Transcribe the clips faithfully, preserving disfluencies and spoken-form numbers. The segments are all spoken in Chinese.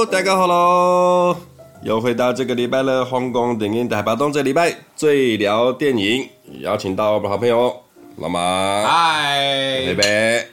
Hello， 大家好喽！又回到这个礼拜的香港电影大排档，这礼拜最聊电影，邀请到我们的好朋友老马， 嗨， 贝贝。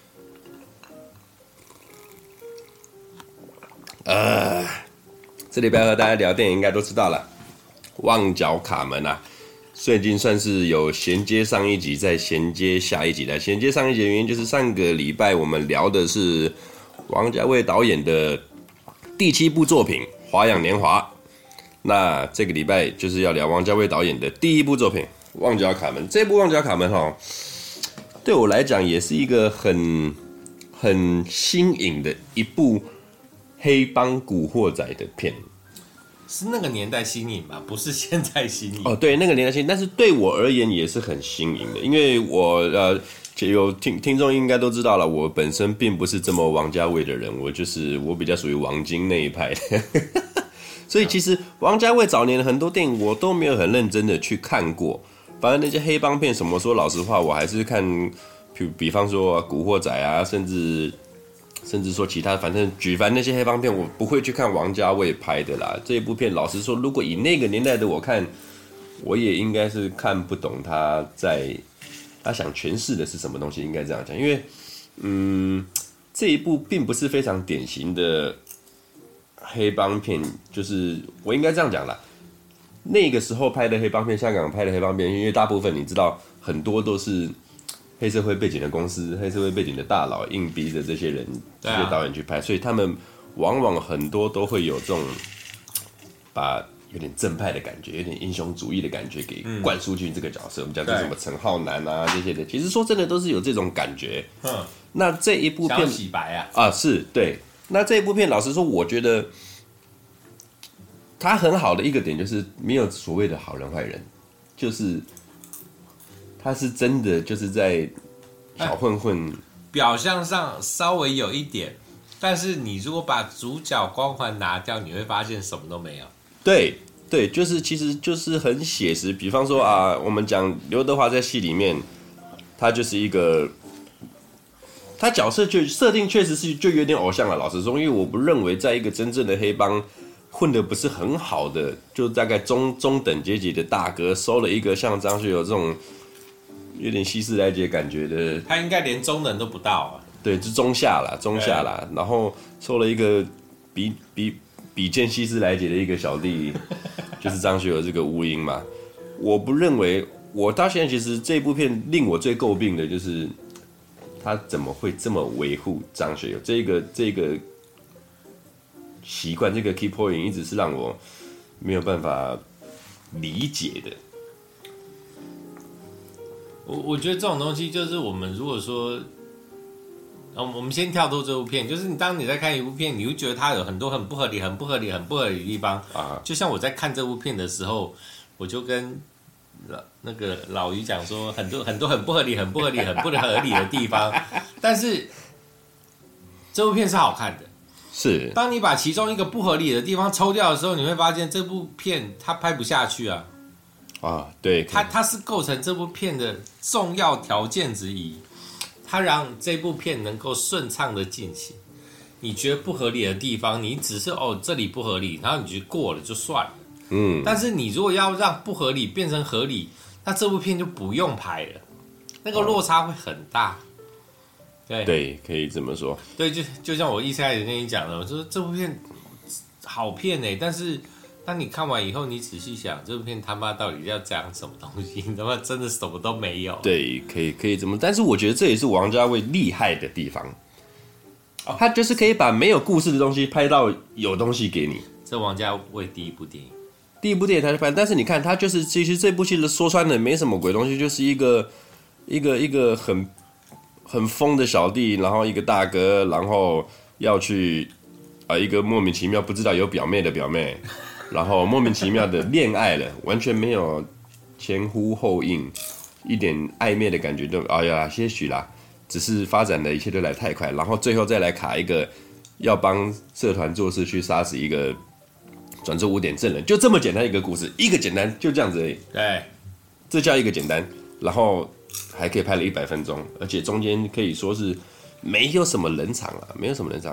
呃，这礼拜和大家聊电影，应该都知道了，《旺角卡门》啊，最近算是有衔接上一集，再衔接下一集的。衔接上一集的原因就是上个礼拜我们聊的是王家卫导演的第七部作品《花样年华》，那这个礼拜就是要聊王家卫导演的第一部作品《旺角卡门》。这部《旺角卡门》哈，对我来讲也是一个很很新颖的一部黑帮古惑仔的片。 是那个年代新颖吧，不是现在新颖。 哦，对，那个年代新颖，但是对我而言也是很新颖的，因为我呃。有听听众应该都知道了，我本身并不是这么王家卫的人，我就是我比较属于王晶那一派的，所以其实王家卫早年的很多电影我都没有很认真的去看过，反正那些黑帮片什么说老实话，我还是看，比比方说、啊、古惑仔啊，甚至甚至说其他，反正举凡那些黑帮片，我不会去看王家卫拍的啦。这一部片老实说，如果以那个年代的我看，我也应该是看不懂他在。他想诠释的是什么东西？应该这样讲，因为，嗯，这一部并不是非常典型的黑帮片，就是我应该这样讲啦。那个时候拍的黑帮片，香港拍的黑帮片，因为大部分你知道，很多都是黑社会背景的公司、黑社会背景的大佬硬逼着这些人、这些导演去拍，所以他们往往很多都会有这种把。有点正派的感觉，有点英雄主义的感觉，给灌输进这个角色。嗯、我们讲这什么陈浩南啊这些的，其实说真的都是有这种感觉。嗯，那这一部片想洗白啊啊是对。那这一部片，老实说，我觉得它很好的一个点就是没有所谓的好人坏人，就是他是真的就是在小混混、哎、 表象上稍微有一点，但是你如果把主角光环拿掉，你会发现什么都没有。 对对，就是其实就是很写实。比方说啊，我们讲刘德华在戏里面，他就是一个，他角色就设定确实是就有点偶像了。老实说，因为我不认为在一个真正的黑帮混得不是很好的，就大概中中等阶级的大哥，收了一个像张学友这种有点西式来杰感觉的， 他应该连中等都不到啊。 对，是中下啦，中下啦，然后收了一个比比。比肩西施来杰的一个小弟，就是张学友这个吴英嘛。我不认为，我到现在其实这部片令我最诟病的就是他怎么会这么维护张学友这个这个习惯，这个 key point 一直是让我没有办法理解的。 我我觉得这种东西就是我们如果说。我们先跳脱这部片，就是你当你在看一部片，你会觉得它有很多很不合理、很不合理、很不合理的地方。啊，就像我在看这部片的时候，我就跟那个老于讲说，很多很多很不合理、很不合理、很不合理的地方。但是这部片是好看的， 是。 当你把其中一个不合理的地方抽掉的时候，你会发现这部片它拍不下去啊。 啊，对， 它它是构成这部片的重要条件之一。它让这部片能够顺畅的进行，你觉得不合理的地方，你只是哦这里不合理，然后你就过了就算了。嗯，但是你如果要让不合理变成合理，那这部片就不用拍了，那个落差会很大。对对，可以这么说。 对，就就像我一开始跟你讲的，我说这部片好片哎、欸，但是当你看完以后，你仔细想，这部片他妈到底要讲什么东西？你他妈真的什么都没有。 对，可以可以这么，但是我觉得这也是王家卫厉害的地方，哦、他就是可以把没有故事的东西拍到有东西给你。 这王家卫第一部电影， 第一部电影他就拍，但是你看他就是其实这部戏的说穿了没什么鬼东西，就是一个一个一个很很疯的小弟，然后一个大哥，然后要去啊、呃、一个莫名其妙不知道有表妹的表妹。然后莫名其妙的恋爱了，完全没有前呼后应，一点暧昧的感觉都，哎呀，些许啦，只是发展的一切都来太快，然后最后再来卡一个要帮社团做事去杀死一个转出污点证人，就这么简单一个故事，一个简单就这样子而已。 对， 这叫一个简单，然后还可以拍了一百分钟，而且中间可以说是没有什么冷场啊，没有什么冷场。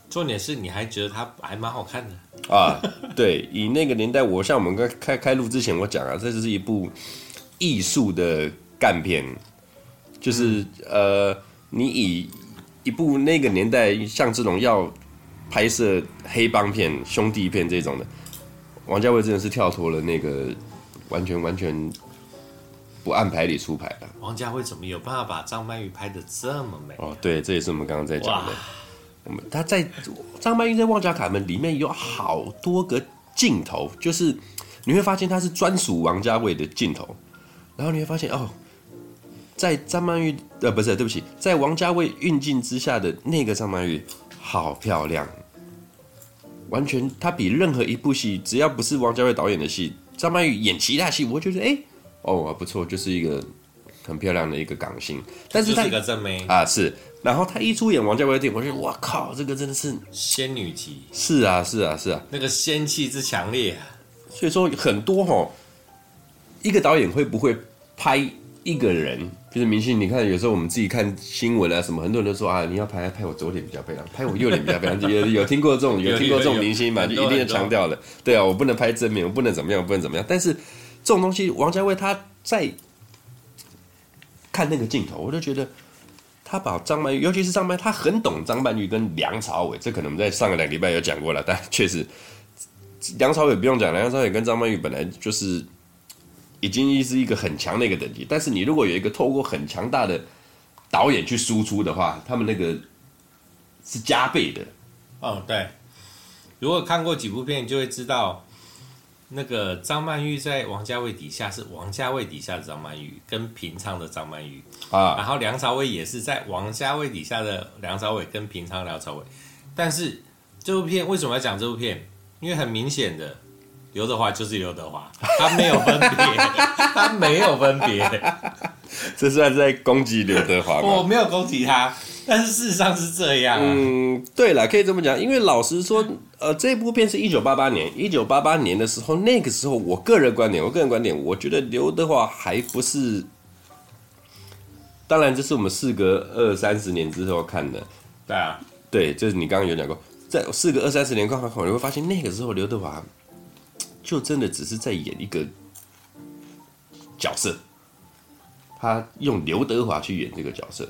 重点是你还觉得它还蛮好看的啊。对，以那个年代，我像我们刚开开录之前我讲啊，这就是一部艺术的干片，就是、嗯、呃，你以一部那个年代像这种要拍摄黑帮片、兄弟片这种的，王家卫真的是跳脱了那个完全完全不按牌理出牌的。 王家卫怎么有办法把张曼玉拍得这么美？ 哦，对，这也是我们刚刚在讲的。我们他在张曼玉在《旺角卡门》里面有好多个镜头，就是你会发现它是专属王家卫的镜头，然后你会发现哦，在张曼玉呃不是对不起，在王家卫运镜之下的那个张曼玉好漂亮，完全她比任何一部戏，只要不是王家卫导演的戏，张曼玉演其他戏，我会觉得哎哦不错，就是一个很漂亮的一个港星，但是她就是个正妹啊是。然后他一出演王家卫的电影，我就觉得哇靠，这个真的是仙女级。 是啊，是啊，是啊， 那个仙气之强烈啊！ 所以说很多哦，一个导演会不会拍一个人，就是明星？你看有时候我们自己看新闻啊什么，很多人都说啊，你要拍拍我左脸比较漂亮，拍我右脸比较漂亮。有有听过这种有听过这种明星嘛？就一定要强调了，对啊，我不能拍正面，我不能怎么样，我不能怎么样。但是这种东西，王家卫他在看那个镜头，我就觉得。他把张曼玉，尤其是张曼玉，他很懂张曼玉跟梁朝伟，这可能我们在上个两个礼拜有讲过了，但确实梁朝伟不用讲，梁朝伟跟张曼玉本来就是已经是一个很强的一个等级，但是你如果有一个透过很强大的导演去输出的话，他们那个是加倍的。 哦，对，如果看过几部片，你就会知道。那个张曼玉在王家卫底下是王家卫底下的张曼玉，跟平常的张曼玉啊，然后梁朝伟也是在王家卫底下的梁朝伟跟平常梁朝伟，但是这部片为什么要讲这部片？因为很明显的，刘德华就是刘德华，他没有分别，他没有分别。 这算是在攻击刘德华吗？ 我没有攻击他，但是事实上是这样、啊。 嗯，对了，可以这么讲，因为老实说，呃，这部片是一九八八年，一九八八年的时候，那个时候，我个人观点，我个人观点，我觉得刘德华还不是，当然这是我们事隔二三十年之后看的。 对啊， 对，就是你刚刚有讲过，在事隔二三十年看看，你会发现那个时候刘德华就真的只是在演一个角色。他用刘德华去演这个角色，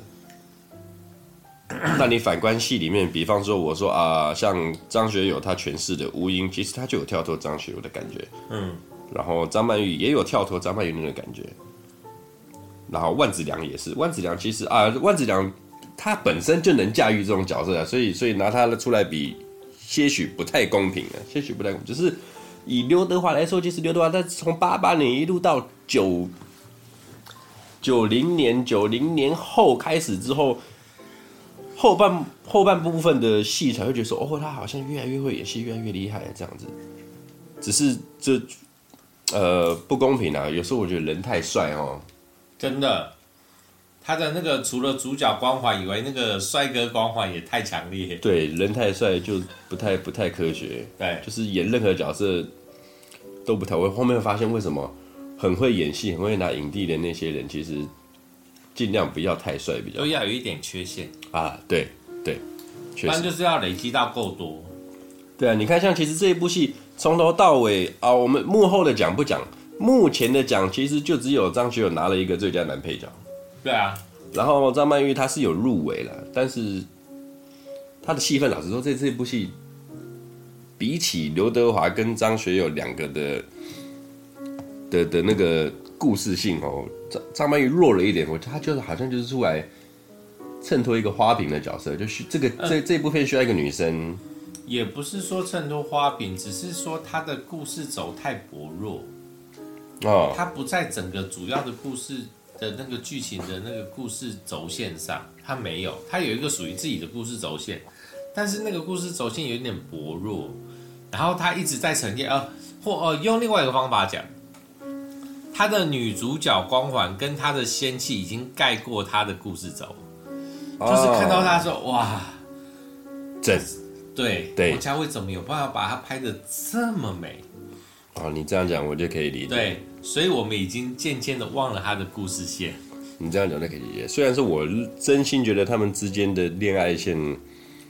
那你反观戏里面，比方说我说啊，像张学友他诠释的吴英，其实他就有跳脱张学友的感觉，嗯，然后张曼玉也有跳脱张曼玉那个感觉，然后万梓良也是，万梓良其实啊，万梓良他本身就能驾驭这种角色啊，所以所以拿他出来比，些许不太公平啊，些许不太公平，就是以刘德华来说，其实刘德华他从八八年一路到九。九零年、九零年后开始之后，后半后半部分的戏才会觉得说，哦，他好像越来越会演戏，越来越厉害这样子。只是这呃不公平啊！有时候我觉得人太帅哦， 真的，他的那个除了主角光环以外，那个帅哥光环也太强烈。 对，人太帅就不太不太科学。 对， 就是演任何角色都不太会。后面会发现为什么？很会演戏、很会拿影帝的那些人，其实尽量不要太帅比较好， 都要有一点缺陷啊。对对， 不然就是要累积到够多。 对啊，你看，像其实这一部戏从头到尾啊，我们幕后的讲不讲，目前的讲其实就只有张学友拿了一个最佳男配角。 对啊， 然后张曼玉她是有入围了，但是她的戏份，老实说，在这部戏比起刘德华跟张学友两个的。的的那个故事性哦，张张曼玉弱了一点，我他就是好像就是出来衬托一个花瓶的角色，就是这个、嗯、这这部片需要一个女生， 也不是说衬托花瓶，只是说他的故事走太薄弱哦，他不在整个主要的故事的那个剧情的那个故事轴线上，他没有，他有一个属于自己的故事轴线，但是那个故事轴线有点薄弱，然后他一直在呈现呃，或呃用另外一个方法讲。她的女主角光环跟她的仙气已经盖过她的故事轴，哦、就是看到她说哇， 正对对，王家卫怎么有办法把她拍得这么美？ 哦，你这样讲我就可以理解。 对，所以我们已经渐渐的忘了她的故事线。 你这样讲就可以理解。虽然说我真心觉得他们之间的恋爱线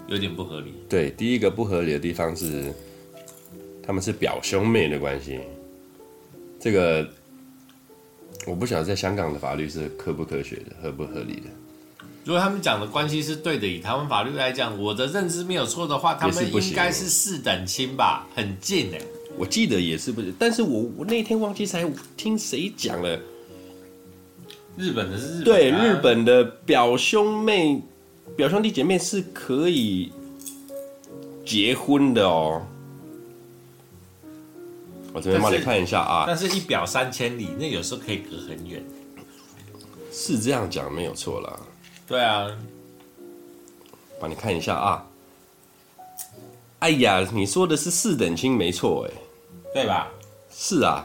有点不合理。 对，第一个不合理的地方是他们是表兄妹的关系，这个我不晓得在香港的法律是科不科学的，合不合理的。 如果他们讲的关系是对的，以台湾法律来讲，我的认知没有错的话，他们应该是四等亲吧，很近哎。 我记得也是不是，但是我我那天忘记才听谁讲了， 日本的是日本、啊、 对，日本的表兄妹、表兄弟姐妹是可以结婚的哦。我这边帮你看一下啊， 但是一表三千里，那有时候可以隔很远。 是这样讲没有错啦。 对啊， 帮你看一下啊。哎呀，你说的是四等亲没错哎， 对吧？ 是啊。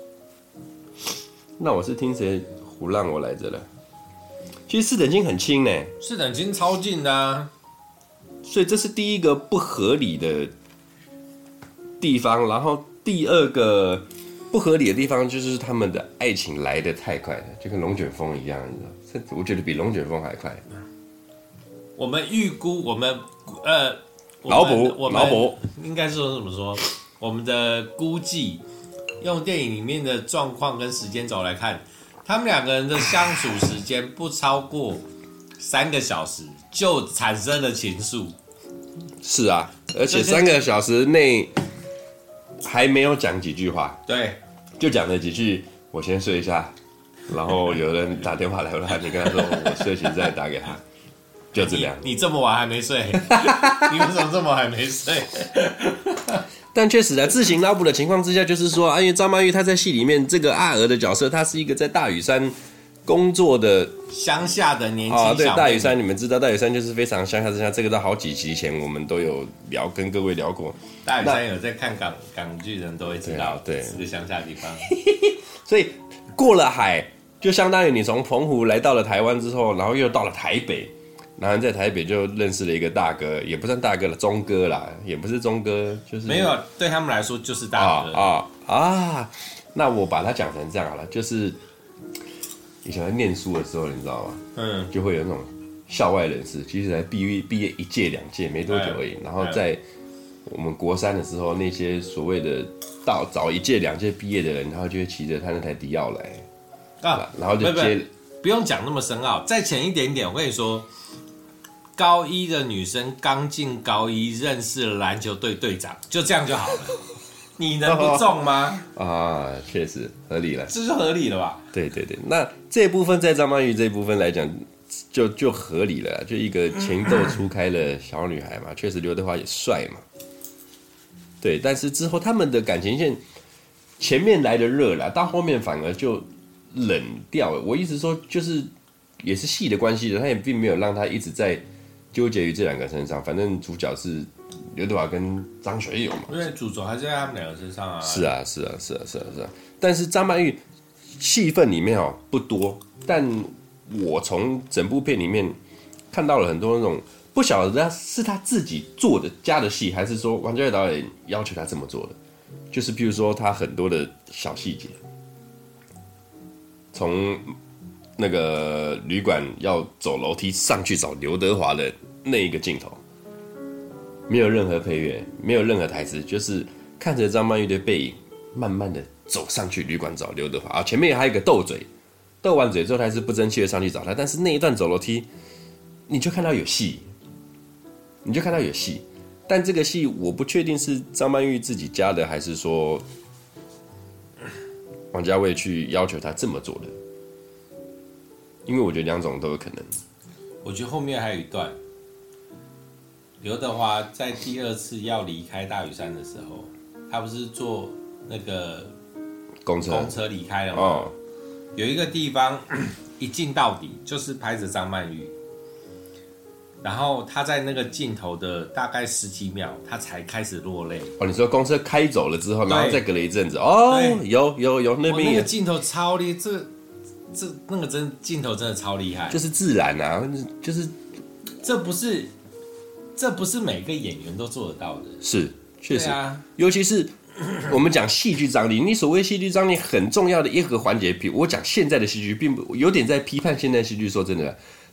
那我是听谁胡乱我来着了？其实四等亲很亲呢， 四等亲超近的啊。 所以这是第一个不合理的地方，然后第二个不合理的地方就是他们的爱情来得太快了，就跟龙卷风一样，你知道？我觉得比龙卷风还快。 我们预估，我们呃， 脑补，脑补， 应该说怎么说？我们的估计，用电影里面的状况跟时间轴来看，他们两个人的相处时间不超过三个小时，就产生了情愫。 是啊，而且三个小时内还没有讲几句话， 对， 就讲了几句。我先睡一下。然后有人打电话来，我还没跟他说我睡醒再打给他，就这样。 你, 你这么晚还没睡？你为什么这么晚还没睡？ 但确实在自行脑补的情况之下，就是说，啊，因为张曼玉她在戏里面这个阿娥的角色，她是一个在大屿山工作的乡下的年轻小妹妹。啊， 对，大屿山你们知道，大屿山就是非常乡下之乡，这个到好几集前我们都有聊，跟各位聊过。 大屿山有在看港港剧的人都会知道，对，是个乡下地方。 所以过了海，就相当于你从澎湖来到了台湾之后，然后又到了台北，然后在台北就认识了一个大哥，也不算大哥了，中哥啦，也不是中哥，就是没有，对他们来说就是大哥啊啊啊！那我把它讲成这样好了，就是以前在念书的时候，你知道吗？嗯，就会有那种校外人士，其实才毕业毕业一届两届没多久而已，然后在我们国三的时候，那些所谓的到早一届两届毕业的人，然后就会骑着他那台迪奥来。啊，然后就接， 不用讲那么深奥，再浅一点点。我跟你说，高一的女生刚进高一，认识了篮球队队长，就这样就好了。你能不中吗？ 啊，确实合理了， 这就合理了吧？ 对对对，那这部分在张曼玉这部分来讲，就就合理了，就一个情窦初开的小女孩嘛，确实刘德华也帅嘛。对，但是之后他们的感情线前面来的热了，到后面反而就冷掉了。我意思说，就是也是戏的关系的，他也并没有让他一直在纠结于这两个身上。反正主角是刘德华跟张学友嘛， 因为主轴还是在他们两个身上啊。 是啊，是啊，是啊，是啊，是啊。但是张曼玉戏份里面哦不多，但我从整部片里面看到了很多那种不晓得是他自己做的加的戏，还是说王家卫导演要求他这么做的。就是譬如说他很多的小细节。从那个旅馆要走楼梯上去找刘德华的那一个镜头，没有任何配乐，没有任何台词，就是看着张曼玉的背影，慢慢的走上去旅馆找刘德华啊。前面还有一个斗嘴，斗完嘴之后他还是不争气的上去找他，但是那一段走楼梯，你就看到有戏，你就看到有戏，但这个戏我不确定是张曼玉自己加的，还是说王家卫去要求他这么做的，因为我觉得两种都有可能。 我觉得后面还有一段，刘德华在第二次要离开大屿山的时候，他不是坐那个公车公车离开了吗？ 哦， 有一个地方一镜到底，就是拍着张曼玉，然后他在那个镜头的大概十几秒，他才开始落泪。 哦，你说公车开走了之后，然后再隔了一阵子，哦，有有有，那边那个镜头超厉害，这这那个真镜头真的超厉害， 就是自然啊，就是这不是这不是每个演员都做得到的， 是确实， 啊、 尤其是我们讲戏剧张力，你所谓戏剧张力很重要的一个环节，比如我讲现在的戏剧，并不有点在批判现在戏剧。说真的，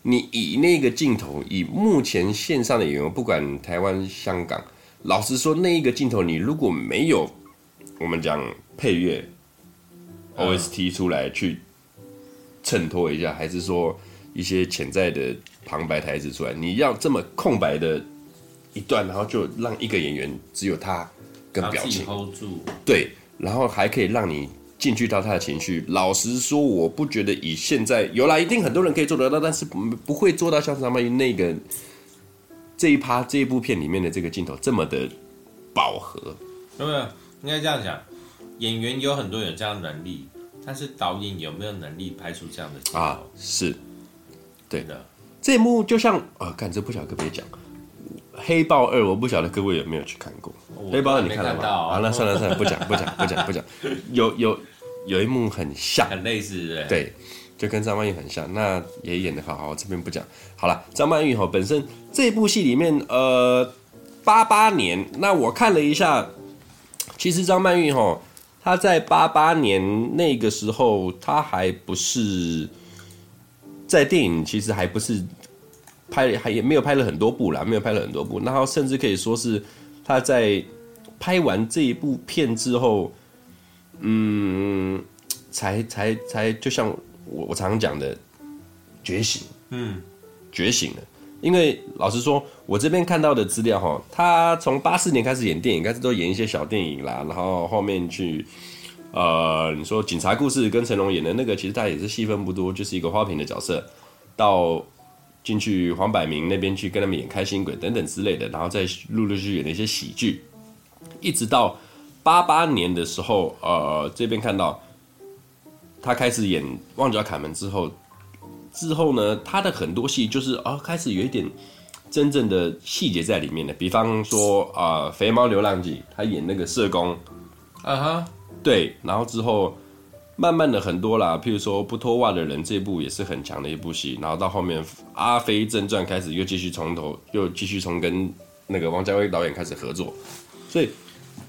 你以那个镜头，以目前线上的演员，不管台湾、香港，老实说，那一个镜头，你如果没有我们讲配乐、O S T 出来去衬托一下，还是说一些潜在的旁白台词出来，你要这么空白的一段，然后就让一个演员只有他跟表情 hold 住， 对，然后还可以让你进去到他的情绪。老实说，我不觉得以现在有啦，一定很多人可以做得到，但是不不会做到像张曼玉那个这一趴这一部片里面的这个镜头这么的饱和。 有没有？应该这样讲，演员有很多有这样的能力，但是导演有没有能力拍出这样的镜头？ 啊，是，对的。 这一幕就像啊，看这不晓得可不可以讲。黑豹二，我不晓得各位有没有去看过。黑豹二你看了吗？ 哦、 啊，那算了算了，不讲不讲不讲不讲。有有有一幕很像， 很类似的， 对，就跟张曼玉很像，那也演得好好，我这边不讲。好了，张曼玉哈本身这部戏里面，呃，八八年，那我看了一下，其实张曼玉哈她在八八年那个时候，她还不是在电影，其实还不是。拍还也没有拍了很多部啦，没有拍了很多部，然后甚至可以说是他在拍完这一部片之后，嗯，才才才就像我我常常讲的觉醒，嗯，觉醒了。因为老实说，我这边看到的资料哈，他从八四年开始演电影，开始都演一些小电影啦，然后后面去呃，你说警察故事跟成龙演的那个，其实他也是戏份不多，就是一个花瓶的角色，到。进去黄百鸣那边去跟他们演开心鬼等等之类的，然后再陆陆续续演了一些喜剧，一直到八八年的时候，呃，这边看到他开始演《旺角卡门》之后，之后呢，他的很多戏就是啊、哦，开始有一点真正的细节在里面的，比方说啊，呃《肥猫流浪记》，他演那个社工， 啊哈， 对，然后之后。慢慢的很多啦，譬如说不脱袜的人这部也是很强的一部戏，然后到后面《阿飞正传》开始又继续从头又继续从跟那个王家卫导演开始合作，所以，《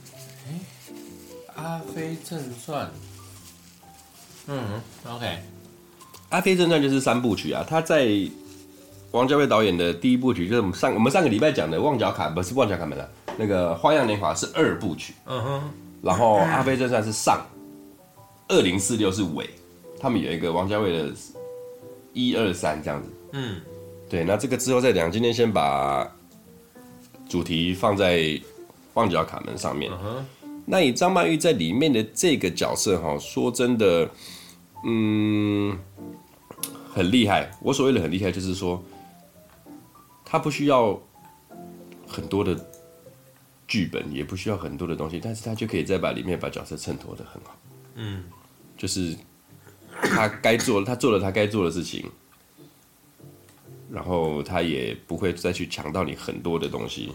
阿飞正传》，嗯 ，OK，《 阿飞正传》就是三部曲啊，他在王家卫导演的第一部曲就是我们上我们上个礼拜讲的《旺角卡》不是《旺角卡门》了，那个《花样年华》是二部曲，嗯哼，然后《阿飞正传》是上。二零四六是尾，他们有一个王家卫的一二三这样子。嗯，对，那这个之后再讲。今天先把主题放在旺角卡门上面。Uh-huh. 那以张曼玉在里面的这个角色哈，说真的，嗯，很厉害。我所谓的很厉害，就是说，他不需要很多的剧本，也不需要很多的东西，但是他就可以再把里面把角色衬托得很好。嗯。就是他该做，他做了他该做的事情，然后他也不会再去抢到你很多的东西。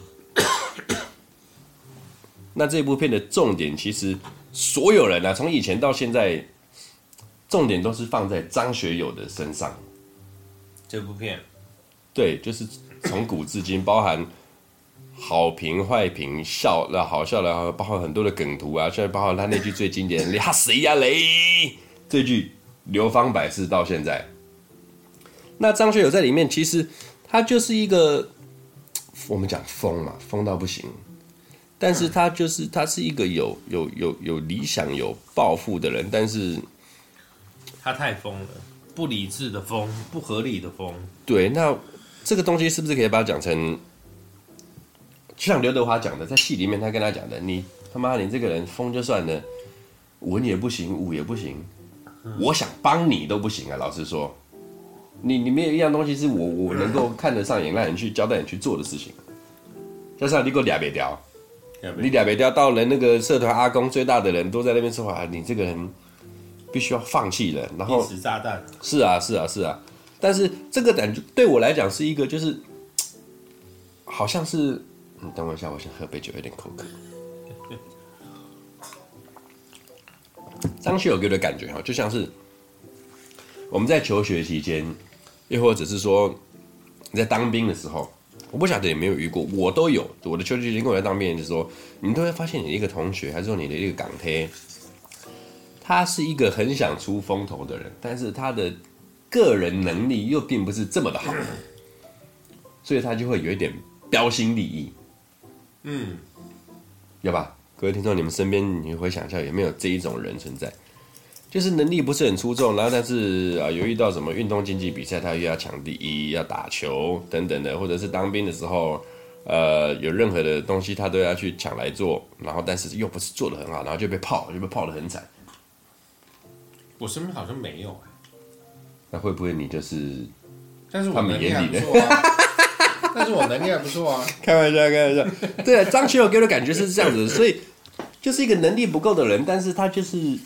那这部片的重点，其实所有人啊，从以前到现在，重点都是放在张学友的身上。 这部片， 对，就是从古至今，包含好评、坏评、笑的、好笑的，包括很多的梗图啊，现在包括他那句最经典的“哈谁呀雷”这句流芳百世到现在。那张学友在里面，其实他就是一个我们讲疯嘛，疯到不行，但是他就是他是一个有有有有理想、有抱负的人，但是他太疯了，不理智的疯，不合理的疯。 对，那这个东西是不是可以把它讲成？就像刘德华讲的，在戏里面他跟他讲的，你他妈你这个人疯就算了，文也不行，武也不行，我想帮你都不行啊！老实说，你你没有一样东西是我我能够看得上眼，让你去交代你去做的事情。加上你给我俩别掉，你俩别掉到了那个社团阿公最大的人都在那边说啊，你这个人必须要放弃了。然后一时炸弹。 是啊是啊是啊，但是这个感觉对我来讲是一个就是好像是。你等我一下，我先喝杯酒，有点口渴。张学友给我的感觉哈，就像是我们在求学期间，又或者是说你在当兵的时候，我不晓得有没有遇过，我都有。我的求学期间跟我在当兵，就是说，你们都会发现你的一个同学，还是说你的一个港贴，他是一个很想出风头的人，但是他的个人能力又并不是这么的好，所以他就会有一点标新立异。 嗯， 有吧？各位听众，你们身边你会想一下有没有这一种人存在？就是能力不是很出众，然后但是啊，有遇到什么运动竞技比赛，他又要抢第一，要打球等等的，或者是当兵的时候，呃，有任何的东西他都要去抢来做，然后但是又不是做得很好，然后就被泡，就被泡得很惨。 我身边好像没有、欸， 那会不会你就是但是我他们眼里的？ 但是我能力还不错啊。 开玩笑，开玩笑。对啊，张学友给我的感觉是这样子，所以就是一个能力不够的人，但是他就是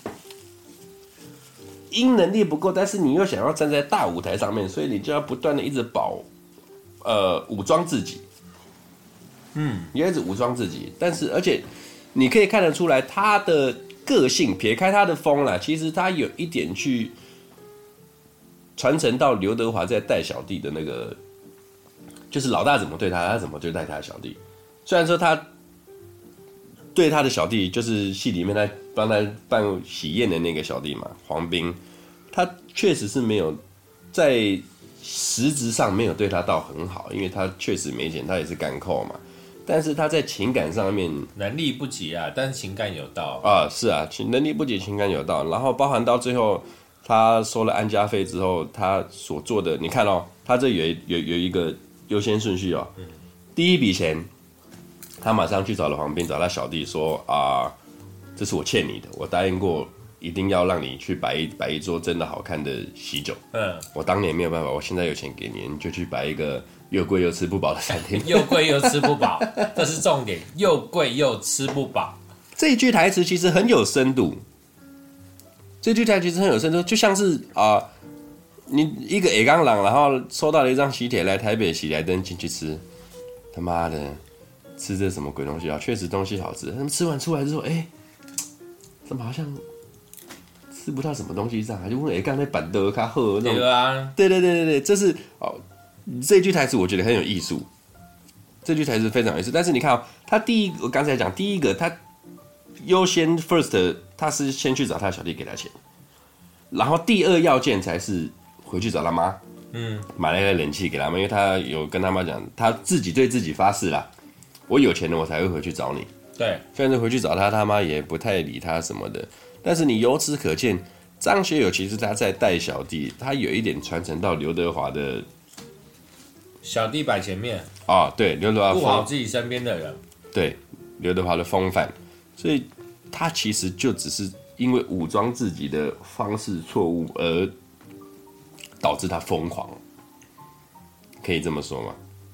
因能力不够，但是你又想要站在大舞台上面，所以你就要不断的一直保呃武装自己，嗯，你要一直武装自己，但是而且你可以看得出来他的个性，撇开他的疯啦，其实他有一点去传承到刘德华在带小弟的那个。就是老大怎么对他，他怎么对待他的小弟。虽然说他对他的小弟，就是戏里面他帮他办喜宴的那个小弟嘛，黄斌，他确实是没有在实质上没有对他到很好，因为他确实没钱，他也是干扣嘛。但是他在情感上面能力不及啊，但是情感有到啊，是啊，能力不及，情感有到，然后包含到最后他收了安家费之后，他所做的，你看哦，他这有有有一个。优先顺序哦，第一笔钱，他马上去找了黄斌，找他小弟说啊，这是我欠你的，我答应过一定要让你去摆一摆一桌真的好看的喜酒。嗯，我当年没有办法，我现在有钱给你，你就去摆一个又贵又吃不饱的餐厅。 又贵又吃不饱，这是重点，又贵又吃不饱。 这一句台词其实很有深度，这句台词其实很有深度，就像是啊。呃你一个 A 钢狼，然后收到了一张喜帖来台北喜来登进去吃，他妈的，吃这什么鬼东西啊？确实东西好吃，他们吃完出来之后，哎、欸，怎么好像吃不到什么东西上，就问 A 钢在板德卡喝那种。 对啊， 对对对对对，这是哦，这句台词我觉得很有艺术，这句台词非常有意思。但是你看哦，他第一个，我刚才讲第一个，他优先 first， 他是先去找他小弟给他钱，然后第二要件才是。回去找他妈，嗯，买了一个冷气给他妈，因为他有跟他妈讲，他自己对自己发誓啦，我有钱了我才会回去找你。 对， 虽然是回去找他，他妈也不太理他什么的，但是你由此可见，张学友其实他在带小弟，他有一点传承到刘德华的小弟摆前面啊，对，刘德华顾好自己身边的人， 对，刘德华的风范，所以他其实就只是因为武装自己的方式错误而。导致他疯狂，可以这么说吗？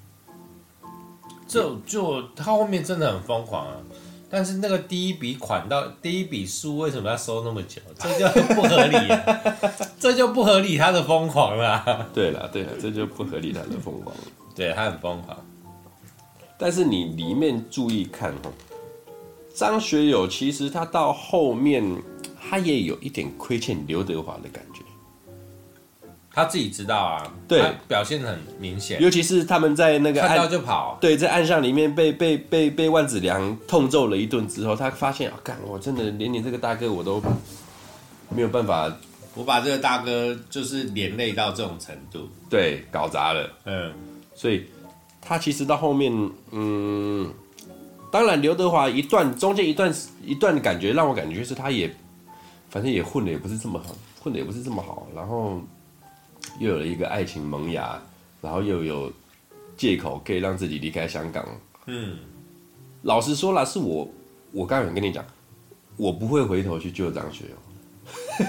就就他后面真的很疯狂啊！但是那个第一笔款到第一笔数为什么要收那么久？这就不合理、啊，这就不合理他的疯狂啦、啊。 对了，对了，这就不合理他的疯狂。 对他很疯狂， 但是你里面注意看哈，张学友其实他到后面他也有一点亏欠刘德华的感觉。 他自己知道啊， 对， 他表现得很明显， 尤其是他们在那个看到就跑， 对，在暗巷里面被被被被万梓良痛揍了一顿之后，他发现啊，干，我真的连你这个大哥我都没有办法， 我把这个大哥就是连累到这种程度， 对，搞砸了，嗯，所以他其实到后面，嗯，当然刘德华一段中间一段一段感觉让我感觉就是他也，反正也混的也不是这么好，混的也不是这么好，然后。又有了一个爱情萌芽，然后又有借口可以让自己离开香港。嗯，老实说啦，是我，我刚刚有跟你讲，我不会回头去救张学友。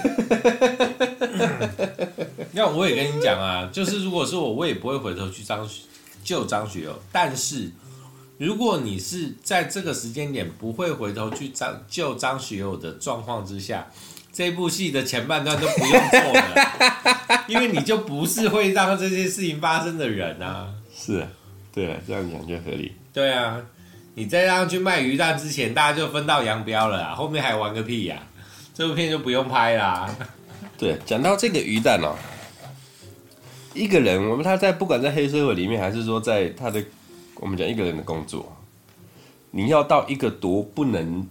那我也跟你讲啊，就是如果是我，我也不会回头去张救张学友。但是如果你是在这个时间点不会回头去张救张学友的状况之下。这部戏的前半段都不用做了，因为你就不是会让这些事情发生的人啊。 是啊，对啊，这样讲就合理。 对啊，你在让去卖鱼蛋之前，大家就分道扬镳了啊，后面还玩个屁呀、啊！这部片就不用拍啦。 对，讲到这个鱼蛋哦，一个人，我们他在不管在黑社会里面，还是说在他的我们讲一个人的工作，你要到一个多不能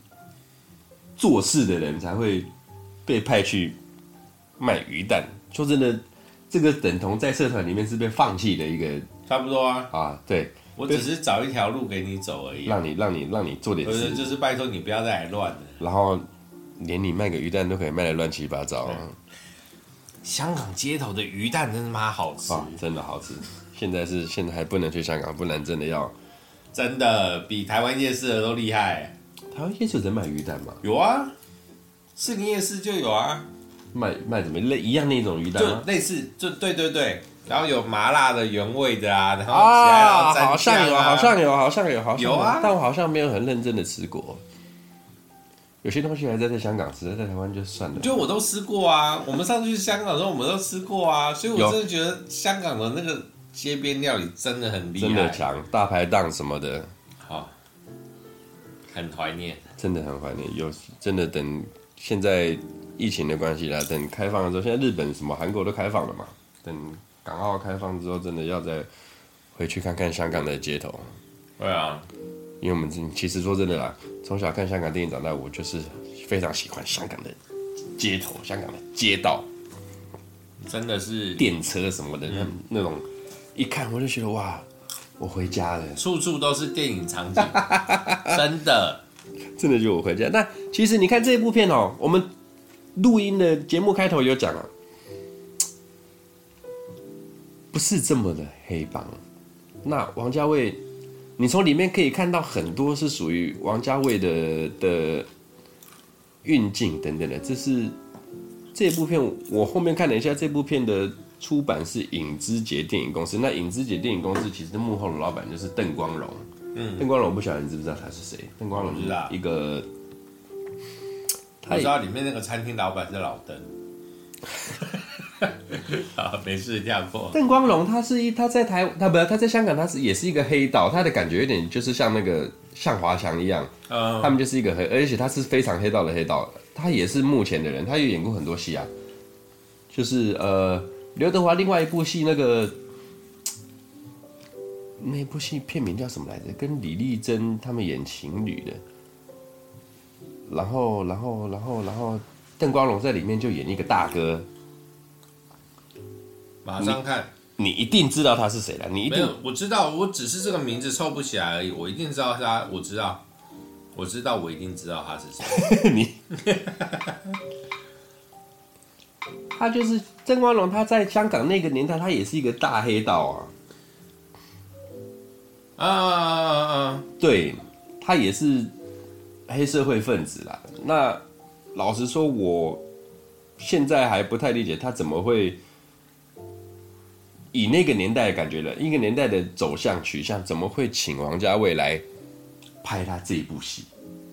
做事的人才会。被派去卖鱼蛋，说真的， 这个等同在社团里面是被放弃的一个， 差不多啊。 啊，对， 我只是找一条路给你走而已， 让你让你让你做点事， 就是拜托你不要再来乱了。 然后连你卖个鱼蛋都可以卖得乱七八糟。 香港街头的鱼蛋真他妈好吃、 啊，真的好吃。现在是现在还不能去香港，不然真的要真的比台湾夜市的都厉害。 台湾夜市有人卖鱼蛋吗？ 有啊，士林夜市就有啊。 卖卖怎么类一样那种鱼蛋吗？ 就类似，就对对对，然后有麻辣的原味的啊，然后啊， 起来好像有，好像有，好像有，好像有啊， 但我好像没有很认真的吃过。有些东西还在在香港吃，在台湾就算了。 就我都吃过啊，我们上次去香港的时候，我们都吃过啊，所以我真的觉得香港的那个街边料理真的很厉害， 真的强，大排档什么的， 好，很怀念， 真的很怀念。有真的等现在疫情的关系啦，等开放的时候，现在日本什么韩国都开放了嘛，等港澳开放之后，真的要再回去看看香港的街头。 对啊。 因为我们其实说真的啦，从小看香港电影长大，我就是非常喜欢香港的街头、香港的街道， 真的是电车什么的，嗯、那种一看我就觉得哇，我回家了， 处处都是电影场景，真的， 真的就我回家。那其实你看这部片哦，我们录音的节目开头有讲啊，不是这么的黑帮。那王家卫。你从里面可以看到很多是属于王家卫的的运镜等等的，这是这部片我后面看了一下，这部片的出版是影之杰电影公司。那影之杰电影公司其实幕后的老板就是邓光荣。嗯，邓光荣不晓得你知不知道他是谁？邓光荣是一个， 我知道里面那个餐厅老板是老邓。好，没事，跳过。 邓光荣他是一他在台他不他在香港他是也是一个黑道，他的感觉有点就是像那个向华强一样，嗯，他们就是一个黑，而且他是非常黑道的黑道，他也是目前的人，他也演过很多戏啊，就是呃刘德华另外一部戏那个那部戏片名叫什么来着？跟李丽珍他们演情侣的，然后然后然后然后邓光荣在里面就演一个大哥。 马上看你，你一定知道他是谁了。你一定没有，我知道，我只是这个名字凑不起来而已。我一定知道他，我知道，我知道，我一定知道他是谁。 你，他就是郑光荣，他在香港那个年代，他也是一个大黑道啊。啊啊啊啊！ 对，他也是黑社会分子啦。那老实说，我现在还不太理解他怎么会。以那个年代的感觉了，一个年代的走向取向，怎么会请王家卫来拍他这一部戏？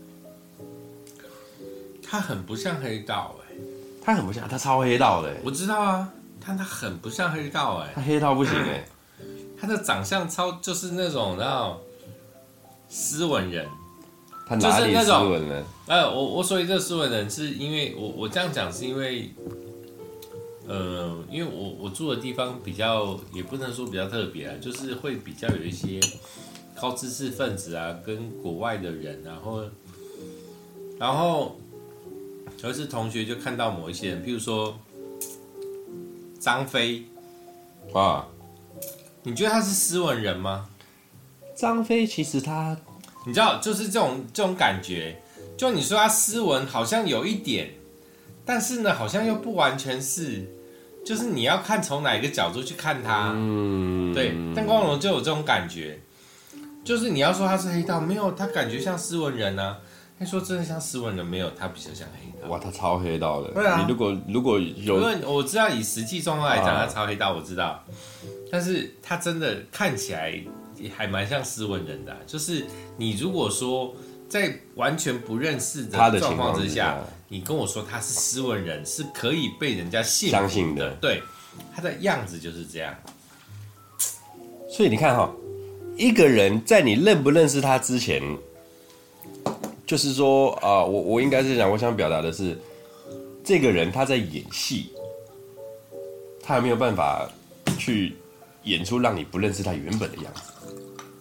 他很不像黑道哎、欸， 他很不像，他超黑道的、欸。 我知道啊，但他很不像黑道哎、欸， 他黑道不行哎、欸， 他的长相超就是那种那种斯文人。 他哪里斯文了？ 呃，我我所以这斯文人是因为我我这样讲是因为。呃，因为我我住的地方比较，也不能说比较特别啊，就是会比较有一些高知识分子啊，跟国外的人，然后，然后有一次同学就看到某一些人，譬如说张飞啊， 你觉得他是斯文人吗？ 张飞其实他， 你知道，就是这种这种感觉，就你说他斯文，好像有一点。但是呢，好像又不完全是，就是你要看从哪一个角度去看他。嗯，对，邓光荣就有这种感觉，就是你要说他是黑道，没有，他感觉像斯文人啊。他说真的像斯文人，没有，他比较像黑道。 哇，他超黑道的。 对啊， 你如果如果有， 因为我知道以实际状况来讲，他超黑道，我知道，但是他真的看起来也还蛮像斯文人的、啊。就是你如果说在完全不认识的状况之下。你跟我说他是斯文人，是可以被人家信相信的。 对，他的样子就是这样。 所以你看哈、哦，一个人在你认不认识他之前，就是说啊、呃，我我应该是讲，我想表达的是，这个人他在演戏，他有没有办法去演出让你不认识他原本的样子？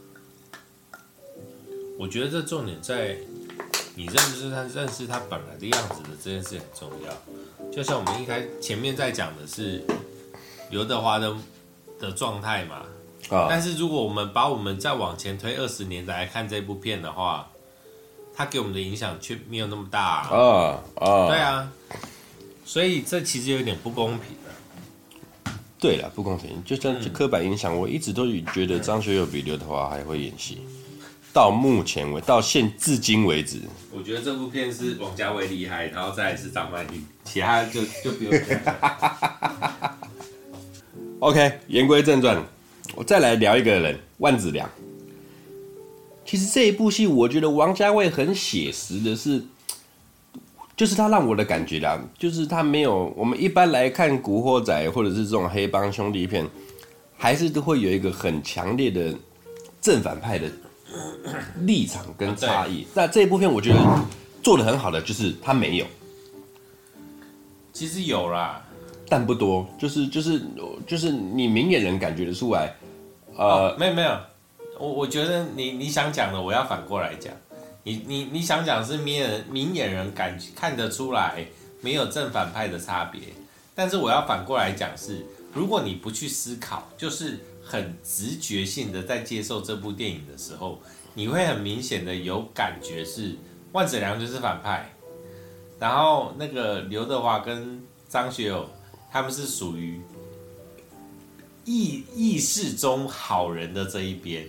我觉得这重点在。你认识他，认识他本来的样子的这件事很重要。就像我们一开前面在讲的是， 刘德华的的状态嘛。 啊， 但是如果我们把我们再往前推二十年来看这部片的话，它给我们的影响却没有那么大啊。 啊啊对啊，所以这其实有点不公平的。 对了，不公平，就像刻板印象，我一直都觉得张学友比刘德华还会演戏。到目前为到现至今为止， 我觉得这部片是王家卫厉害，然后再来是张曼玉，其他就就不用讲。 OK， 言归正传，我再来聊一个人，万梓良。其实这一部戏，我觉得王家卫很写实的是，就是他让我的感觉啦，就是他没有我们一般来看《古惑仔》或者是这种黑帮兄弟片，还是都会有一个很强烈的正反派的立场跟差异。那这一部片我觉得做得很好的就是他没有， 其实有啦， 但不多，就是就是就是你明眼人感觉得出来，呃， 哦、没有没有，我我觉得你你想讲的，我要反过来讲，你你你想讲是明眼明眼人感看得出来没有正反派的差别，但是我要反过来讲是，如果你不去思考，就是很直觉性的在接受这部电影的时候，你会很明显的有感觉是万梓良就是反派，然后那个刘德华跟张学友他们是属于意意识中好人的这一边。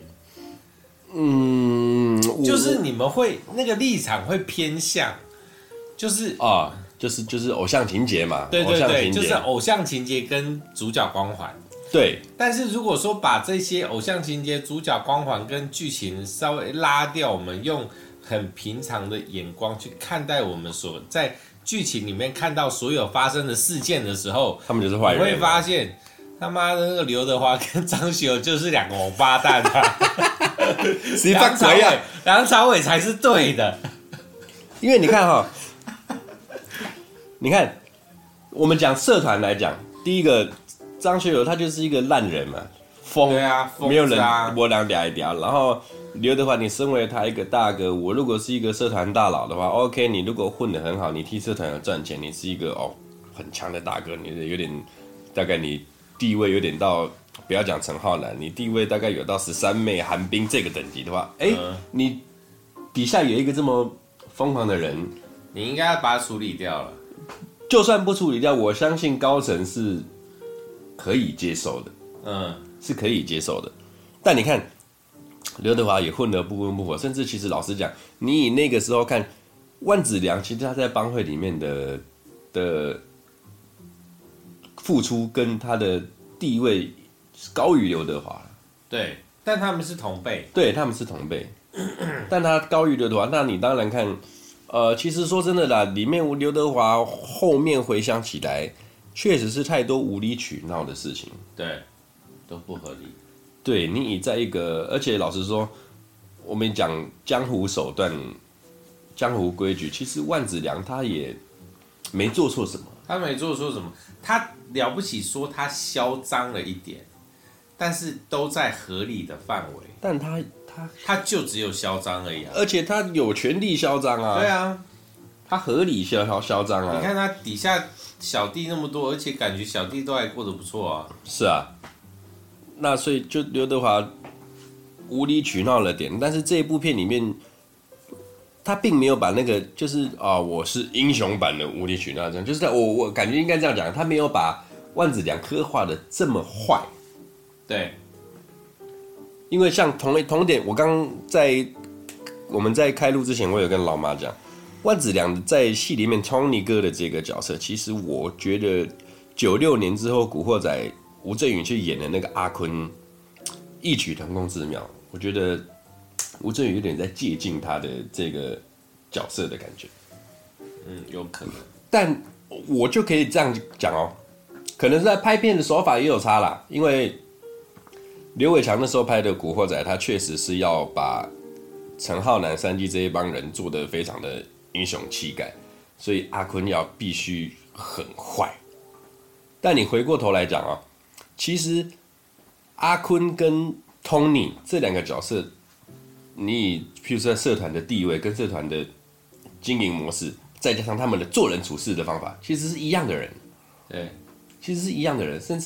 嗯， 就是你们会那个立场会偏向，就是啊，就是就是偶像情节嘛， 对对对， 偶像情节就是偶像情节跟主角光环。 对， 但是如果说把这些偶像情节、主角光环跟剧情稍微拉掉，我们用很平常的眼光去看待我们所在剧情里面看到所有发生的事件的时候， 他们就是坏人。 你会发现他妈的那个刘德华跟张学友就是两个王八蛋啊！ 谁犯鬼啊？ 梁朝伟才是对的， 因为你看哈、哦，你看我们讲社团来讲，第一个张学友他就是一个烂人嘛，疯， 对啊，疯子啊没有人摸两嗲一嗲。然后刘德华，你身为他一个大哥，我如果是一个社团大佬的话 ，OK， 你如果混得很好，你替社团有赚钱，你是一个哦很强的大哥，你有点大概你地位有点到。不要讲陈浩南，你地位大概有到十三妹、韩冰这个等级的话，哎、嗯，你底下有一个这么疯狂的人， 你应该要把它处理掉了。 就算不处理掉，我相信高层是可以接受的， 嗯， 是可以接受的。但你看，刘德华也混得不温不火，甚至其实老实讲，你以那个时候看万梓良，其实他在帮会里面的的付出跟他的地位。高于刘德华， 对，但他们是同辈， 对，他们是同辈，但他高于刘德华，那你当然看，呃，其实说真的啦，里面刘德华后面回想起来，确实是太多无理取闹的事情， 对，都不合理。 对你以在一个，而且老实说，我们讲江湖手段、江湖规矩，其实万梓良他也没做错什么， 他没做错什么，他了不起说他嚣张了一点。但是都在合理的范围， 但他他他就只有嚣张而已啊， 而且他有权利嚣张啊， 对啊， 他合理嚣嚣张啊， 你看他底下小弟那么多，而且感觉小弟都还过得不错啊， 是啊，那所以就刘德华无理取闹了点，但是这一部片里面，他并没有把那个就是啊、哦，我是英雄版的无理取闹这样，就是在我我感觉应该这样讲，他没有把万梓良刻画的这么坏。 对， 因为像同同点，我刚在我们在开录之前，我有跟老妈讲，万梓良在戏里面 Tony 哥的这个角色，其实我觉得九六年之后，《古惑仔》吴镇宇去演的那个阿坤，异曲同工之妙。我觉得吴镇宇有点在借鉴他的这个角色的感觉。 嗯，有可能。 但我就可以这样讲哦，可能是在拍片的手法也有差啦，因为。刘伟强那时候拍的《古惑仔》，他确实是要把陈浩南、三鸡这一帮人做得非常的英雄气概，所以阿坤要必须很坏。但你回过头来讲啊、哦，其实阿坤跟 Tony 这两个角色，你以譬如说在社团的地位跟社团的经营模式，再加上他们的做人处事的方法，其实是一样的人。 对， 其实是一样的人，甚至。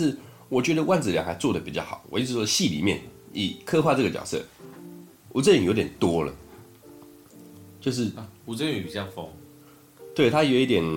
我觉得万梓良还做的比较好。我一直说戏里面以刻画这个角色，吴镇宇有点多了，就是、 啊、吴镇宇比较疯， 对他有一点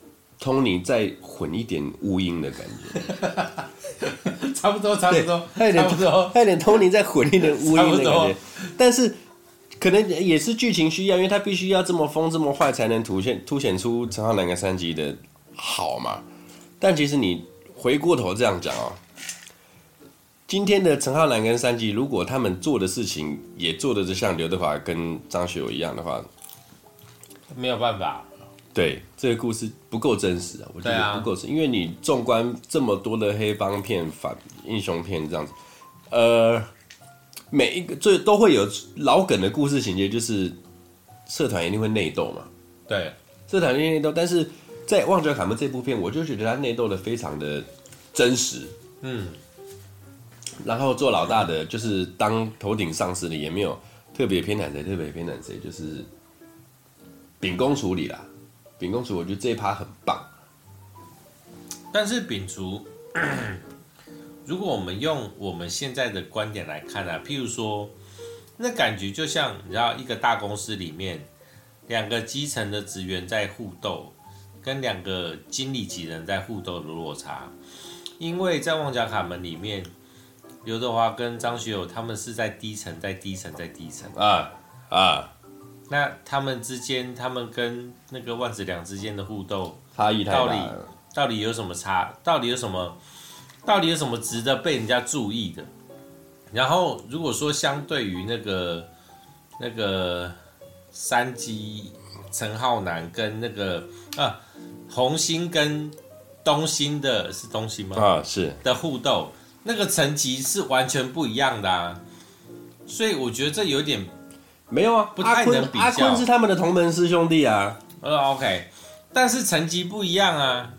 Tony 再混一点乌鹰的感觉， 差不多差不多， 他有点差不多， 他有点 Tony 再混一点乌鹰的感觉，但是可能也是剧情需要，因为他必须要这么疯这么坏，才能凸显凸显出陈浩南跟三吉的好嘛。但其实你回过头这样讲哦，今天的陈浩南跟三吉，如果他们做的事情也做的就像刘德华跟张学友一样的话， 没有办法。 对，这个故事不够真实啊，我觉得不够真实，啊、因为你纵观这么多的黑帮片、反英雄片这样子，呃，每一个最都会有老梗的故事情节，就是社团一定会内斗嘛。 对， 社团一定内斗，但是在《旺角卡门》这部片，我就觉得他内斗的非常的真实， 嗯， 然后做老大的就是当头顶上司的，也没有特别偏袒谁，特别偏袒谁，就是秉公处理啦。秉公厨，我觉得这一趴很棒。 但是秉厨，如果我们用我们现在的观点来看啊，譬如说，那感觉就像你知道，一个大公司里面，两个基层的职员在互斗，跟两个经理级人在互斗的落差。因为在《旺角卡门》里面，刘德华跟张学友他们是在低层，在低层，在低层啊啊。 那他们之间，他们跟那个万梓良之间的互斗差异太大了，到底到底有什么差？到底有什么？到底有什么值得被人家注意的？然后如果说相对于那个那个三基陈浩南跟那个啊红星跟东星的是东星吗？ 啊，是的互斗，那个层级是完全不一样的啊，所以我觉得这有点。 没有啊， 不太能比较。 阿坤是他们的同门师兄弟啊。 呃 ，OK， 但是层级不一样啊。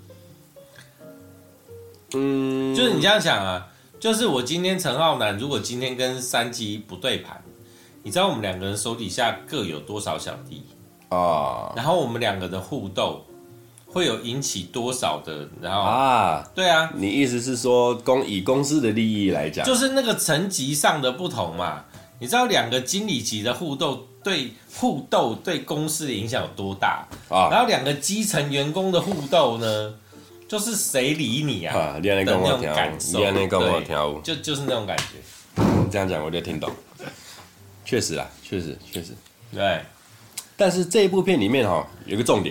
嗯， 就是你这样想啊，就是我今天陈浩南，如果今天跟三基不对盘，你知道我们两个人手底下各有多少小弟啊？ 然后我们两个的互斗会有引起多少的，然后啊， 对啊， 你意思是说公以公司的利益来讲， 就是那个层级上的不同嘛。你知道两个经理级的互斗对互斗对公司的影响有多大啊？然后两个基层员工的互斗呢，就是谁理你啊？ 啊，你那种感受，你那跟我听， 就就是那种感觉。 这样讲我就听懂，确实啊，确实确实。 对， 但是这一部片里面哈、哦、有一个重点，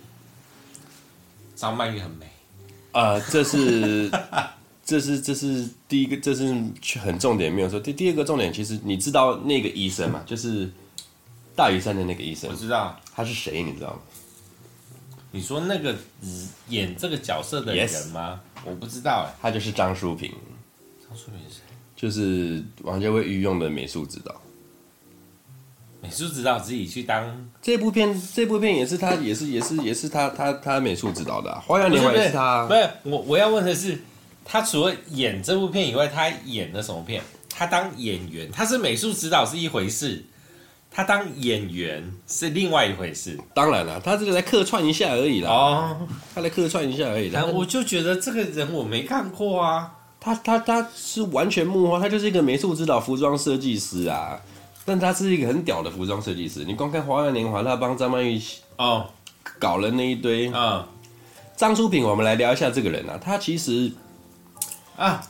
张曼玉很美啊、呃，这是。这是这是第一个，这是很重点，没有错。第第二个重点，其实你知道那个医生嘛，就是大屿山的那个医生， 我知道他是谁，你知道吗？ 你说那个演这个角色的人吗？ Yes. 我不知道哎， 他就是张淑平。 张淑平是谁？ 就是王家卫御用的美术指导。 美术指导自己去当这部片，这部片也是他，也是也是也是他他他美术指导的、啊，《花样年华》也是他、啊。 不是我我要问的是。他除了演这部片以外，他演了什么片？他当演员，他是美术指导是一回事，他当演员是另外一回事。 当然了，他这个来客串一下而已啦。哦，他来客串一下而已啦。 我就觉得这个人我没看过啊。 他他他是完全幕后，他就是一个美术指导、服装设计师啊。但他是一个很屌的服装设计师。你光看《花样年华》，他帮张曼玉哦搞了那一堆。嗯，张淑平，我们来聊一下这个人啊。他其实。 啊，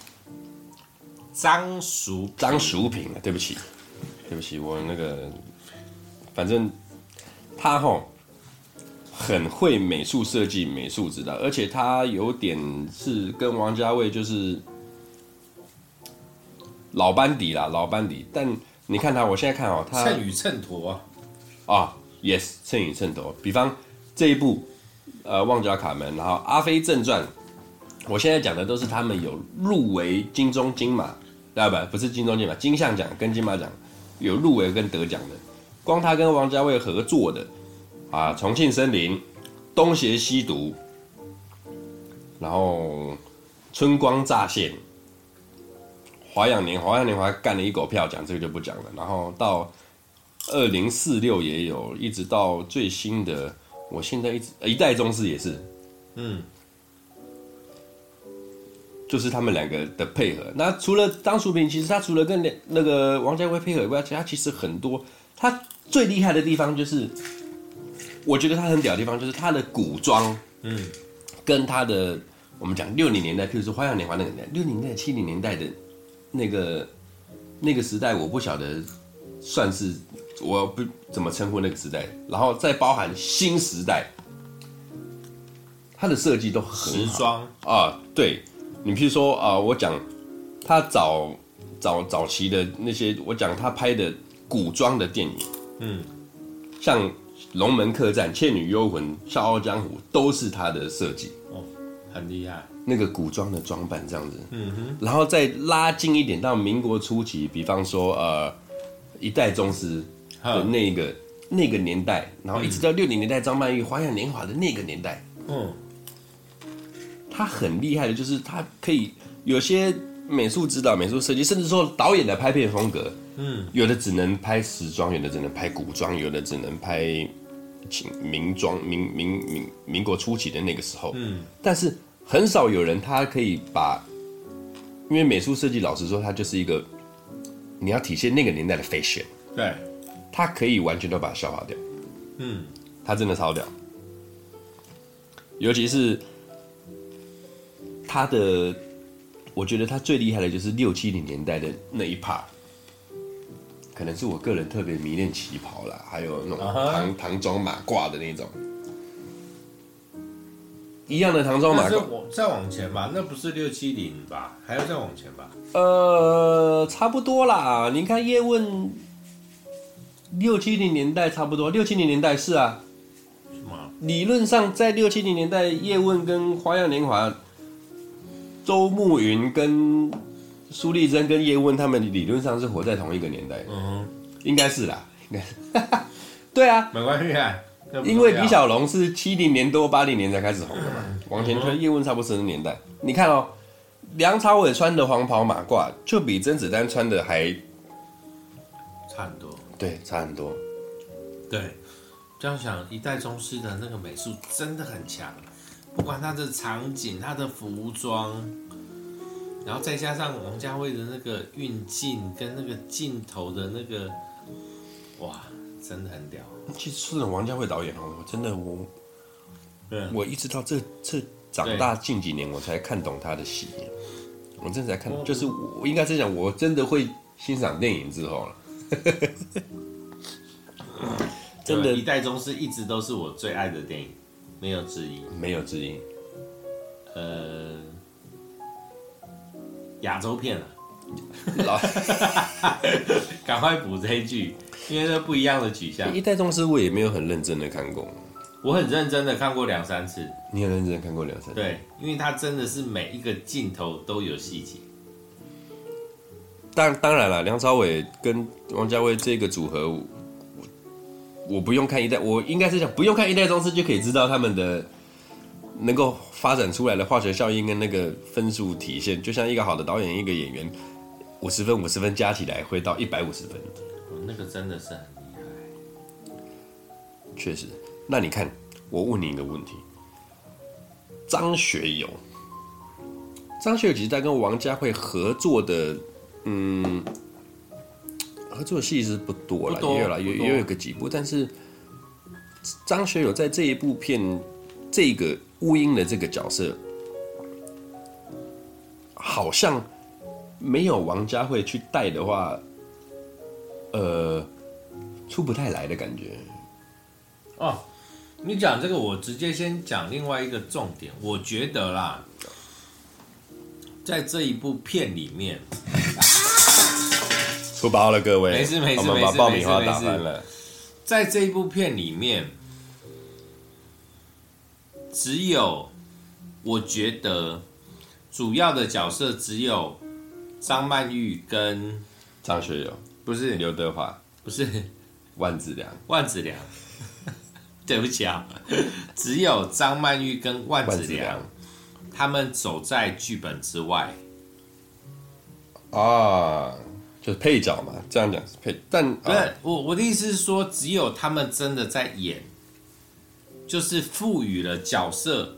张淑张淑平啊，对不起，对不起，我那个，反正他吼很会美术设计、美术指导，而且他有点是跟王家卫就是老班底啦，老班底。但你看他，我现在看哦，他称与称砣啊， 啊 ，yes， 称与称砣。比方这一部呃《旺角卡门》，然后《阿飞正传》。我现在讲的都是他们有入围金钟金马，对吧？不是金钟金马，金像奖跟金马奖有入围跟得奖的。光他跟王家卫合作的啊，《重庆森林》、《东邪西毒》，然后《春光乍现》、《华阳年华》，《华阳年华》干了一狗票奖，这个就不讲了。然后到二零四六也有，一直到最新的，我现在一直一代宗师也是，嗯。 就是他们两个的配合。那除了张淑平，其实他除了跟那个王家卫配合以外，他其实很多，他最厉害的地方就是，我觉得他很屌的地方就是他的古装，嗯，跟他的我们讲六零年代，譬如说《花样年华》那个年代，六零年代、七零年代的那个那个时代，我不晓得算是我不怎么称呼那个时代，然后再包含新时代，他的设计都很好时装啊，对。你譬如说啊、呃，我讲他早早早期的那些，我讲他拍的古装的电影，嗯，像《龙门客栈》《倩女幽魂》《笑傲江湖》都是他的设计， 哦，很厉害。 那个古装的装扮这样子，嗯哼，然后再拉近一点到民国初期，比方说呃一代宗师的那个那个年代，然后一直到六零年代张曼玉《花样年华》的那个年代，嗯。他很厉害的，就是他可以有些美术指导、美术设计，甚至说导演的拍片风格，嗯，有的只能拍时装，有的只能拍古装，有的只能拍民装、民民民民国初期的那个时候，嗯，但是很少有人他可以把，因为美术设计，老实说，它就是一个你要体现那个年代的 fashion， 对， 他可以完全都把它消化掉，嗯，他真的超屌，尤其是。他的，我觉得他最厉害的就是六七零年代的那一 part， 可能是我个人特别迷恋旗袍啦，还有那种唐唐装马褂的那种，一样的唐装马褂。 再往前吧，那不是六七零吧？还要再往前吧？ 呃，差不多啦。你看叶问，六七零年代差不多，六七零年代是啊。 什么？ 理论上在六七零年代，叶问跟花样年华。周慕云跟苏丽珍跟叶问他们理论上是活在同一个年代，嗯，应该是啦，应该是，对啊， 没关系啊， 因为李小龙是七零年多八零年才开始红的嘛，往前推叶问差不多是年代。你看哦，梁朝伟穿的黄袍马褂就比甄子丹穿的还差很多， 对，差很多， 对，这样想一代宗师的那个美术真的很强。不管他的场景、他的服装，然后再加上王家卫的那个运镜跟那个镜头的那个，哇，真的很屌。 其实说王家卫导演哦，我真的我，我一直到这这长大近几年我才看懂他的戏，我真的才看，就是我应该是讲，我真的会欣赏电影之后了。 真的，一代宗师一直都是我最爱的电影。没有之一， 没有之一。 呃，亚洲片啊，赶快补这一句，因为这不一样的取向。 一代宗师我也没有很认真的看过， 我很认真的看过两三次。 你很认真的看过两三次？ 对，因为它真的是每一个镜头都有细节。 当当然了，梁朝伟跟王家卫这个组合。我不用看一代，我应该是讲不用看一代宗师就可以知道他们的能够发展出来的化学效应跟那个分数体现，就像一个好的导演、一个演员，五十分、五十分加起来会到一百五十分。 哦，那个真的是很厉害。 确实，那你看，我问你一个问题：张学友，张学友其实在跟王家卫合作的，嗯。合作的戏是不多了，也有了，也也有个几部，但是张学友在这一部片这个乌鹰的这个角色，好像没有王家卫去带的话，呃，出不太来的感觉。 哦，你讲这个，我直接先讲另外一个重点，我觉得啦，在这一部片里面。 出包了，各位， 没事没事， 我们把爆米花打翻了。 在这一部片里面，只有我觉得主要的角色只有张曼玉跟张学友， 不是刘德华， 不是万梓良， 万梓良，对不起啊，只有张曼玉跟万梓良，他们走在剧本之外啊。就是配角嘛，这样讲是配，但不是、啊、我我的意思是说，只有他们真的在演，就是赋予了角色，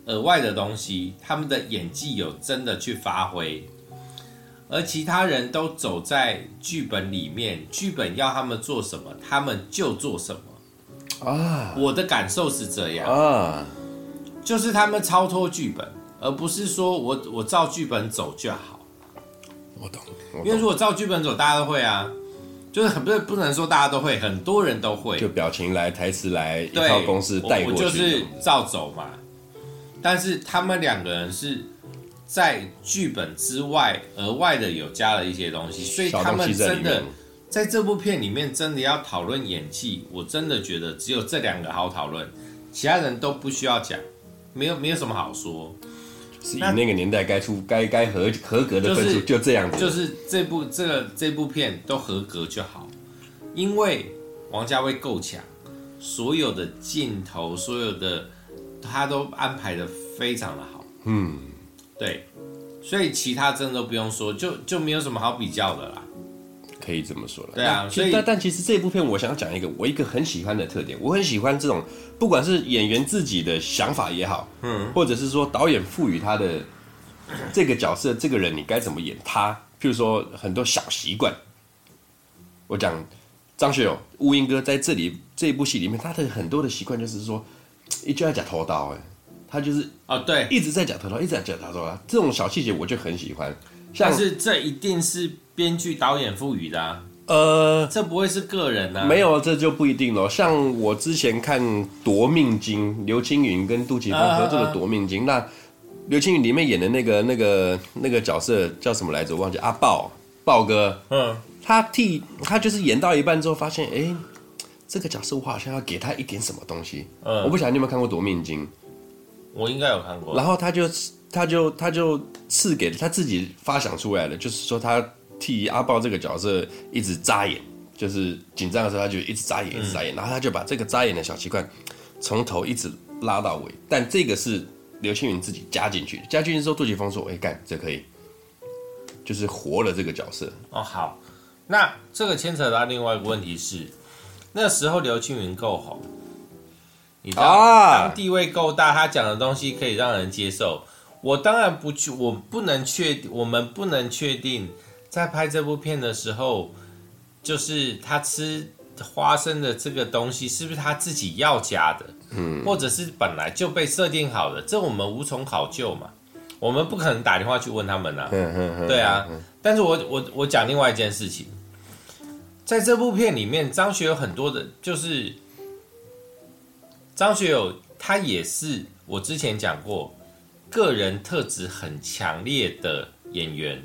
额外的东西，他们的演技有真的去发挥，而其他人都走在剧本里面，剧本要他们做什么，他们就做什么啊。我的感受是这样啊，就是他们超脱剧本，而不是说我我照剧本走就好。 我懂， 因为如果照剧本走，大家都会啊。就是很不不能说大家都会，很多人都会， 就表情来、台词来，一套公式带过去。 我就是照走嘛。但是他们两个人是在剧本之外额外的有加了一些东西，所以他们真的在这部片里面真的要讨论演技，我真的觉得只有这两个好讨论，其他人都不需要讲，没有没有什么好说。 是以那个年代该出该该合合格的分数、就是、就这样子， 就是这部这个这部片都合格就好，因为王家卫够强，所有的镜头，所有的他都安排的非常的好，嗯，对，所以其他真的都不用说，就就没有什么好比较的啦。 可以这么说了， 对啊，所以但但其实这部片我想讲一个我一个很喜欢的特点，我很喜欢这种不管是演员自己的想法也好，嗯，或者是说导演赋予他的这个角色这个人你该怎么演他，譬如说很多小习惯，我讲张学友乌鹰哥在这里这一部戏里面，他的很多的习惯就是说一直在讲头刀，哎，他就是哦对， 一直在讲头刀，一直在讲头刀，这种小细节我就很喜欢。 但是这一定是编剧导演赋予的啊， 呃， 这不会是个人啊， 没有，这就不一定了。像我之前看《夺命金》，刘青云跟杜琪峰合作的《夺命金》，那刘青云里面演的那个那个那个角色叫什么来着？我忘记，阿豹，豹哥，嗯，他替他就是演到一半之后，发现，哎，这个角色我好像要给他一点什么东西。嗯，我不晓得你有没有看过《夺命金》， 我应该有看过。 然后他就。他就他就赐给他自己发想出来的，就是说他替阿豹这个角色一直眨眼，就是紧张的时候他就一直眨眼，一直眨眼，然后他就把这个眨眼的小习惯从头一直拉到尾。但这个是刘青云自己加进去的，加进去之后，杜琪峰说：“哎，干，这可以，就是活了这个角色。” 哦，好，那这个牵扯到另外一个问题是，那时候刘青云够红，你知道，啊、当地位够大，他讲的东西可以让人接受。我当然不去，我不能确，我们不能确定，在拍这部片的时候，就是他吃花生的这个东西是不是他自己要加的，嗯，或者是本来就被设定好的，这我们无从考究嘛，我们不可能打电话去问他们啊，对啊，但是我我我讲另外一件事情，在这部片里面，张学友很多的，就是张学友他也是我之前讲过。个人特质很强烈的演员，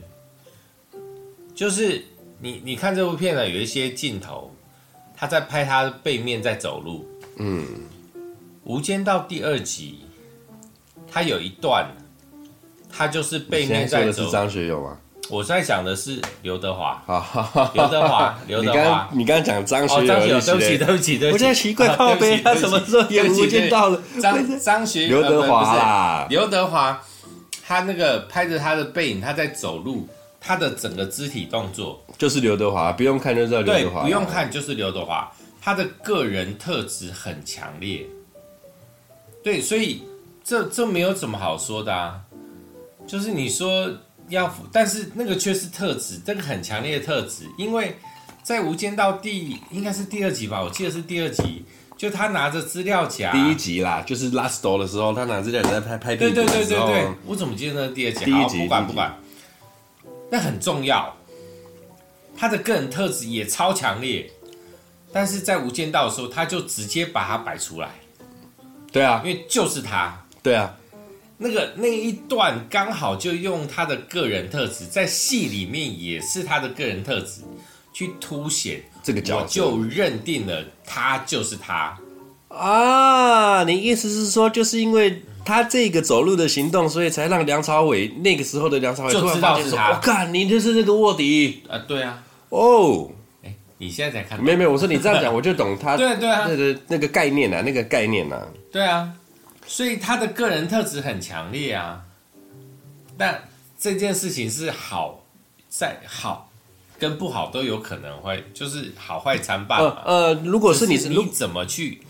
就是你你看这部片呢，有一些镜头，他在拍他的背面在走路。嗯，《无间道》第二集，他有一段，他就是背面在走。你现在说的是张学友吗？ 我在讲的是刘德华。刘德华，刘德华。 你刚刚讲张学友， 哦、张学友，对不起，对不起，对不起。 我现在奇怪，靠背他什么时候演《无间道》了？ 张张学友，刘德华啦， 刘德华，他那个拍着他的背影，他在走路，他的整个肢体动作就是刘德华，不用看就知道刘德华。 对，不用看就是刘德华，他的个人特质很强烈。对，所以这这没有什么好说的啊，就是你说。要，但是那个却是特质，这个很强烈的特质，因为在《无间道》第应该是第二集吧，我记得是第二集，就他拿着资料夹， 第一集啦，就是 Last 的时候，他拿资料夹在拍拍地图的时候， 对对对对对，我怎么记得那是第二集？ 第一集， 不管不管，那很重要，他的个人特质也超强烈，但是在《无间道》的时候，他就直接把它摆出来， 对啊， 因为就是他， 对啊。 那个那一段刚好就用他的个人特质，在戏里面也是他的个人特质去凸显这个角色， 我就认定了他就是他啊！你意思是说，就是因为他这个走路的行动，所以才让梁朝伟那个时候的梁朝伟就知道是他。 我看你就是那个卧底啊！对啊， 哦， 哎，你现在才看到？ 没有没有，我说你这样讲，我就懂他。 对对啊， 那个那个概念啊，那个概念啊， 对啊。所以他的个人特质很强烈啊，但这件事情是好在好跟不好都有可能会，就是好坏参半嘛。 呃呃，如果是你是你怎么去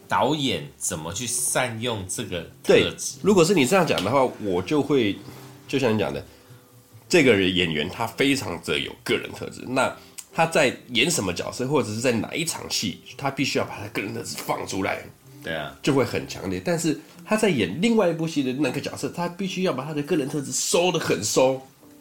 导演怎么去善用这个特对质。 如果是你这样讲的话，我就会就像你讲的，这个演员他非常的有个人特质，那他在演什么角色，或者是在哪一场戏，他必须要把他个人特质放出来， 对啊， 就会很强烈。但是他在演另外一部戏的那个角色，他必须要把他的个人特质收得很收。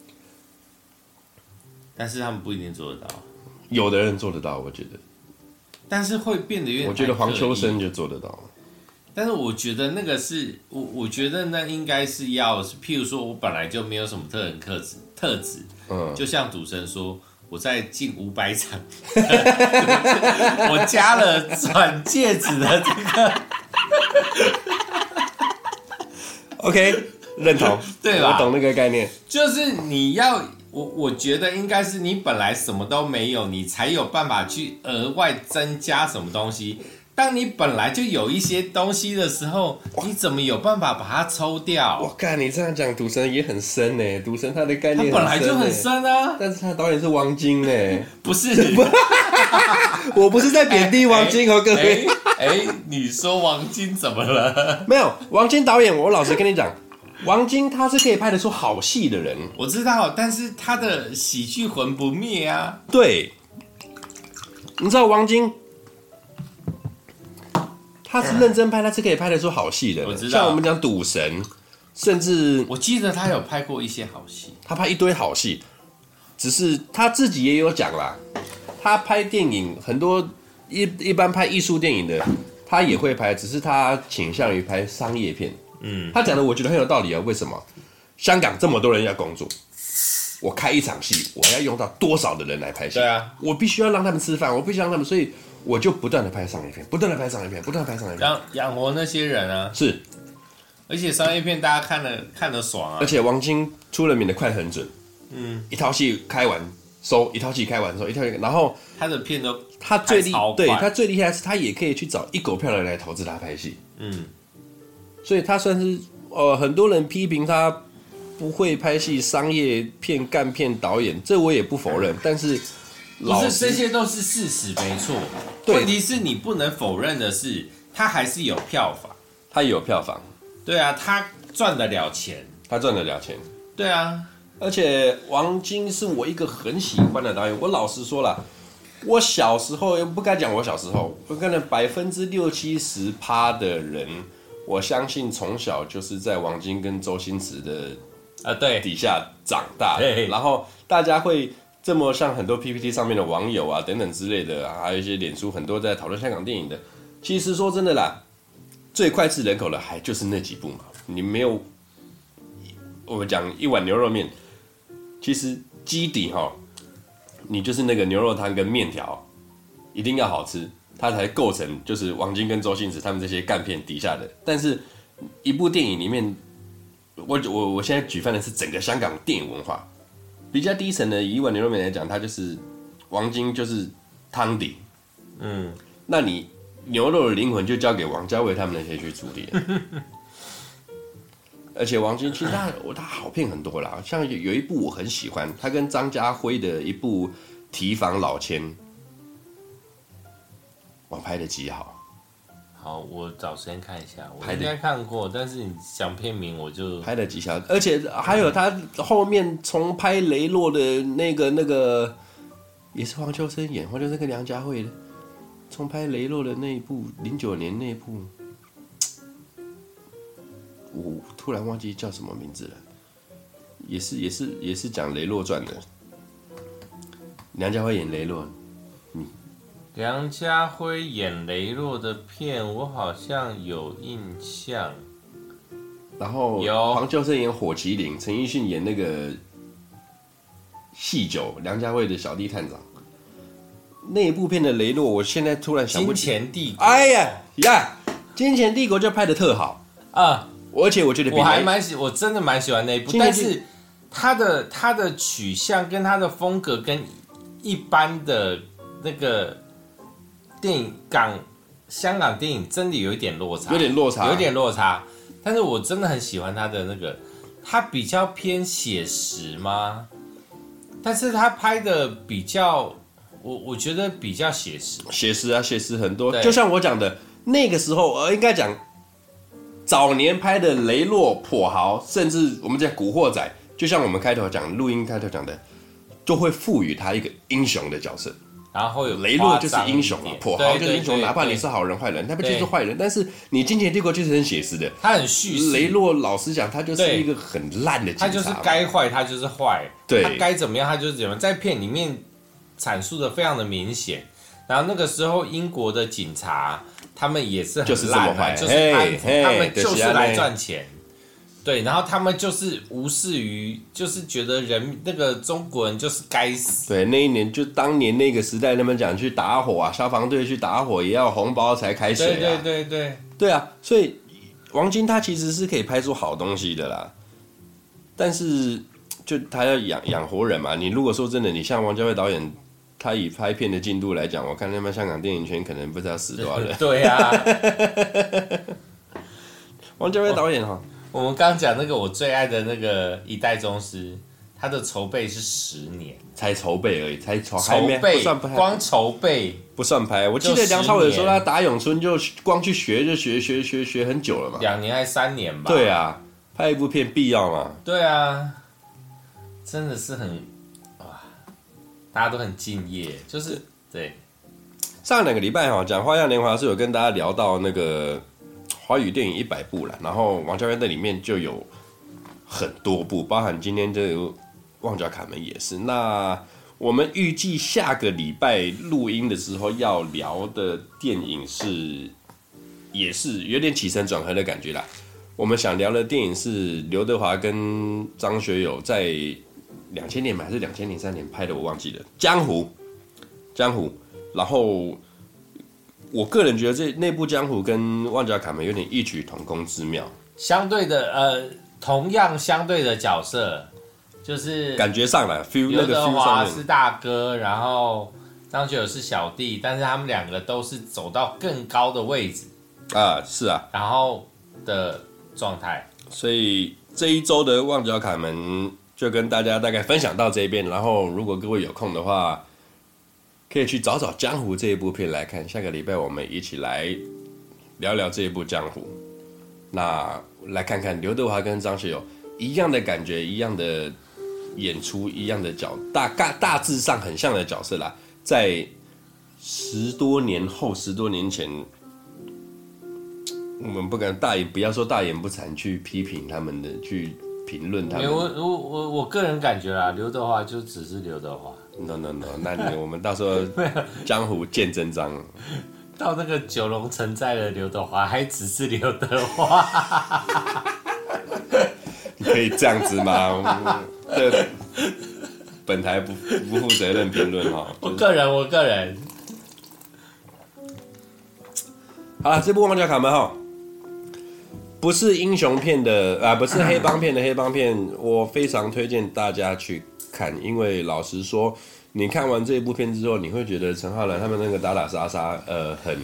但是他们不一定做得到， 有的人做得到，我觉得。 但是会变得有点， 我觉得黄秋生就做得到。 但是我觉得那个是我，我觉得那应该是要，譬如说我本来就没有什么特人特质，特质，嗯，就像赌神说，我在近五百场，我加了转戒指的这个 ，OK， 认同， 对吧？ 我懂那个概念， 就是你要。我我觉得应该是你本来什么都没有，你才有办法去额外增加什么东西。当你本来就有一些东西的时候，你怎么有办法把它抽掉？ 我看你这样讲，赌神也很深呢。赌神他的概念他本来就很深啊， 但是他导演是王晶呢， 不是？ 我不是在贬低王晶哦，各位。 哎、欸欸，你说王晶怎么了？ 没有，王晶导演，我老实跟你讲。王晶他是可以拍得出好戏的人， 我知道，但是他的喜剧魂不灭啊。 对，你知道王晶，他是认真拍，他是可以拍得出好戏的人。 我知道， 像我们讲赌神，甚至我记得他有拍过一些好戏， 他拍一堆好戏，只是他自己也有讲啦，他拍电影很多一一般拍艺术电影的，他也会拍，只是他倾向于拍商业片。嗯，他讲的我觉得很有道理啊。为什么？香港这么多人要工作，我开一场戏，我要用到多少的人来拍戏？ 对啊， 我必须要让他们吃饭，我必须让他们，所以我就不断的拍商业片，不断的拍商业片，不断的拍商业片， 养养活那些人啊。 是， 而且商业片大家看了看得爽啊。 而且王晶出了名的快很准，嗯，一套戏开完收，一套戏开完收，一套戏，然后他的片都他最厉，对他最厉害的是他也可以去找一狗票的人来投资他拍戏，嗯。所以他算是呃，很多人批评他不会拍戏、商业片、干片导演，这我也不否认。但是， 不是这些都是事实，没错。问题是你不能否认的是，他还是有票房， 他有票房。 对啊，他赚得了钱， 他赚得了钱。 对啊， 而且王晶是我一个很喜欢的导演。我老实说了，我小时候也不该讲我小时候，我可能百分之六七十趴的人。我相信从小就是在王晶跟周星驰的啊对底下长大的，然后大家会这么像很多 P P T 上面的网友啊等等之类的、啊，还有一些脸书很多在讨论香港电影的。其实说真的啦，最脍炙人口的还就是那几部嘛。你没有我们讲一碗牛肉面，其实基底哈，你就是那个牛肉汤跟面条一定要好吃。它才构成就是王晶跟周星驰他们这些干片底下的，但是一部电影里面，我我我现在举范的是整个香港电影文化比较低层的，以一碗牛肉面来讲，它就是王晶就是汤底，嗯，那你牛肉的灵魂就交给王家卫他们那些去处理了。而且王晶其实他他好片很多啦，像有有一部我很喜欢，他跟张家辉的一部《提防老千》。我拍的极好， 好，我找时间看一下。我应该看过，但是你讲片名我就拍的极好，而且还有他后面重拍雷洛的那个那个，也是黄秋生演，黄秋生跟梁家辉的重拍雷洛的那一部，零九年那一部，我突然忘记叫什么名字了，也是也是也是讲雷洛传的，梁家辉演雷洛。 梁家辉演雷洛的片，我好像有印象。 然后黄秋生演火麒麟，陈奕迅演那个酗酒，梁家辉的小弟探长。那一部片的雷洛，我现在突然想不起。 金钱帝国。 哎呀呀，金钱帝国就拍的特好啊！ 而且我觉得我还蛮喜，我真的蛮喜欢那一部，但是他的他的取向跟他的风格跟一般的那个。电影港香港电影真的有一点落差， 有点落差， 有点落差。但是我真的很喜欢他的那个，他比较偏写实吗？但是他拍的比较我我觉得比较写实， 写实啊，写实很多。就像我讲的，那个时候，呃，应该讲早年拍的雷洛、跛豪，甚至我们讲古惑仔，就像我们开头讲录音开头讲的，就会赋予他一个英雄的角色。 然后有雷洛就是英雄啊，跛豪就是英雄，哪怕你是好人坏人，他不就是坏人？但是你金钱帝国就是很写实的， 他很叙事。 雷洛老实讲，他就是一个很烂的警察， 他就是该坏，他就是坏， 对， 他该怎么样，他就是怎么样，在片里面阐述的非常的明显。然后那个时候英国的警察他们也是很烂的，就是贪腐，他们就是来赚钱。对，然后他们就是无视于，就是觉得人那个中国人就是该死。 对，那一年就当年那个时代，他们讲去打火啊，消防队去打火也要红包才开水啊。 对对对对， 对啊，所以王晶他其实是可以拍出好东西的啦，但是就他要养养活人嘛。你如果说真的，你像王家卫导演，他以拍片的进度来讲，我看他们香港电影圈可能不知道死多少人。 对啊， 王家卫导演哈。 我们刚讲那个我最爱的那个一代宗师，他的筹备是十年， 才筹备而已，才筹筹备， 不算拍， 光筹备不算拍。我记得梁朝伟说他打咏春就光去学就学学学学很久了嘛， 两年还三年吧？ 对啊，拍一部片必要嘛？ 对啊，真的是很哇，大家都很敬业，就是对。 上两个礼拜哈，讲《花样年华》是有跟大家聊到那个。华语电影一百部了，然后王家卫在里面就有很多部，包含今天这个《旺角卡门》也是。那我们预计下个礼拜录音的时候要聊的电影是，也是有点起承转合的感觉啦。我们想聊的电影是刘德华跟张学友在两千年还是两千零三年拍的，我忘记了，《江湖》。江湖，然后。我个人觉得这那部《江湖》跟《旺角卡门》有点异曲同工之妙， 相对的，呃，同样相对的角色，就是感觉上来 feel 刘德华是大哥，然后张学友是小弟，但是他们两个都是走到更高的位置啊，是啊， 然后的状态。 所以这一周的《旺角卡门》就跟大家大概分享到这边，然后如果各位有空的话。可以去找找《江湖》这一部片来看，下个礼拜我们一起来聊聊这一部《江湖》。那来看看刘德华跟张学友一样的感觉，一样的演出，一样的角大大大致上很像的角色啦。在十多年后，十多年前，我们不敢大言，不要说大言不惭去批评他们的，去评论他们。 我我我我个人感觉啦，刘德华就只是刘德华。 No no no， 那你我们到时候江湖见真章。 到那个九龙城寨的刘德华，还只是刘德华。 你可以这样子吗？这本台不不负责任评论哈。 我个人，我个人。 好了，这部《旺角卡门》哈，不是英雄片的啊，不是黑帮片的黑帮片，我非常推荐大家去。看，因为老实说，你看完这一部片之后，你会觉得陈浩南他们那个打打杀杀，呃，很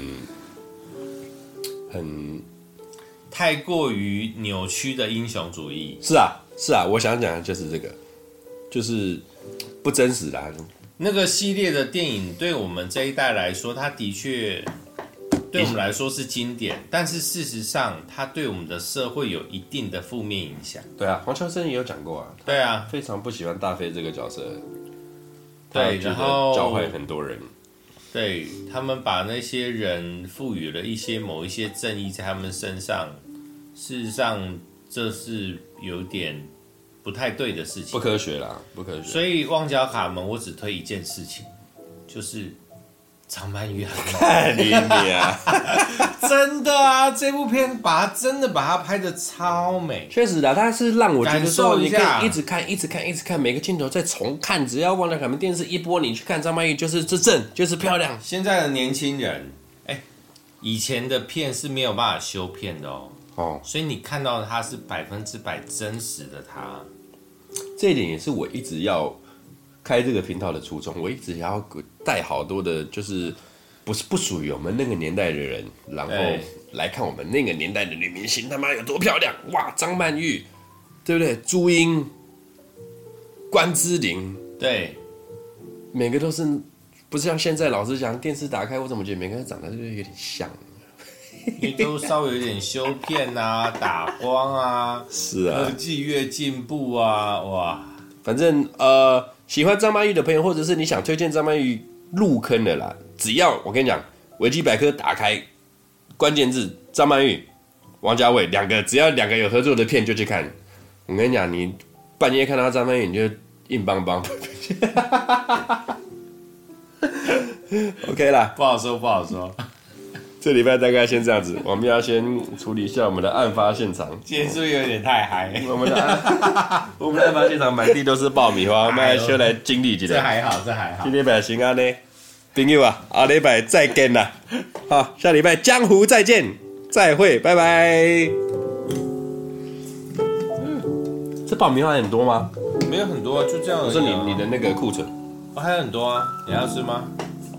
很太过于扭曲的英雄主义。 是啊，是啊，我想讲的就是这个，就是不真实的。 那个系列的电影对我们这一代来说，它的确对我们来说是经典，但是事实上，它对我们的社会有一定的负面影响。 对啊，黄秋生也有讲过啊。 对啊， 非常不喜欢大飞这个角色。 对，然后教坏很多人。 对，他们把那些人赋予了一些某一些正义在他们身上，事实上这是有点不太对的事情， 不科学啦，不科学。 所以《旺角卡门》我只推一件事情，就是张曼玉很美。你啊， 真的啊！这部片把它真的把它拍的超美， 确实的，它是让我觉得说， 你可以一直看，一直看，一直看，每个镜头再重看，只要忘了卡门电视一播，你去看张曼玉就是这正，就是漂亮。 现在的年轻人，哎，以前的片是没有办法修片的哦，哦，所以你看到的它是百分之百真实的它。 这一点也是我一直要开这个频道的初衷，我一直要带好多的，就是不是不属于我们那个年代的人，然后来看我们那个年代的女明星，他妈有多漂亮！哇，张曼玉，对不对？朱茵、关之琳， 对， 每个都是不是像现在老师讲电视打开，我怎么觉得每个人长得就是有点像？ 你都稍微有点修片啊，打光啊， 是啊， 科技越进步啊，哇！ 反正呃，喜欢张曼玉的朋友，或者是你想推荐张曼玉入坑的啦，只要我跟你讲，维基百科打开，关键字张曼玉、王家卫两个，只要两个有合作的片就去看。我跟你讲，你半夜看到张曼玉，你就硬邦邦。OK 啦， 不好说，不好说。 这礼拜大概先这样子，我们要先处理一下我们的案发现场。 今天是不是有点太嗨？ 我们的案，我们的案发现场满地都是爆米花，我们还需要来经历一下。 这还好，这还好。 今礼拜先安呢，朋友啊，下礼拜再见啦。好，下礼拜江湖再见，再会，拜拜。嗯，这爆米花很多吗？ 没有很多，就这样而已、啊。 我说你你的那个库存， 哦，还有很多啊，你要吃吗？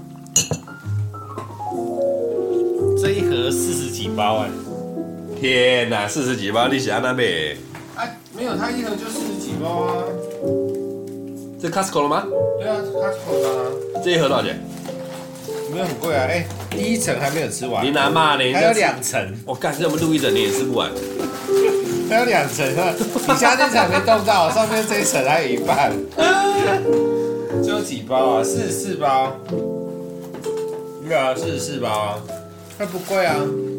这一盒四十几包哎！ 天哪，四十几包，你是安那买？ 啊，没有，它一盒就四十几包啊。 这 Costco 了吗？ 对啊 ，Costco 的啊。 这一盒多少钱？ 没有很贵啊，哎、欸，第一层还没有吃完。 你拿嘛呢？ 还有两层。 我干，这我们录一整年也吃不完。 还有两层啊，底下那层没动到，上面这一层还有一半。这有几包啊？四十四包。对啊，四十四包啊，那不贵啊。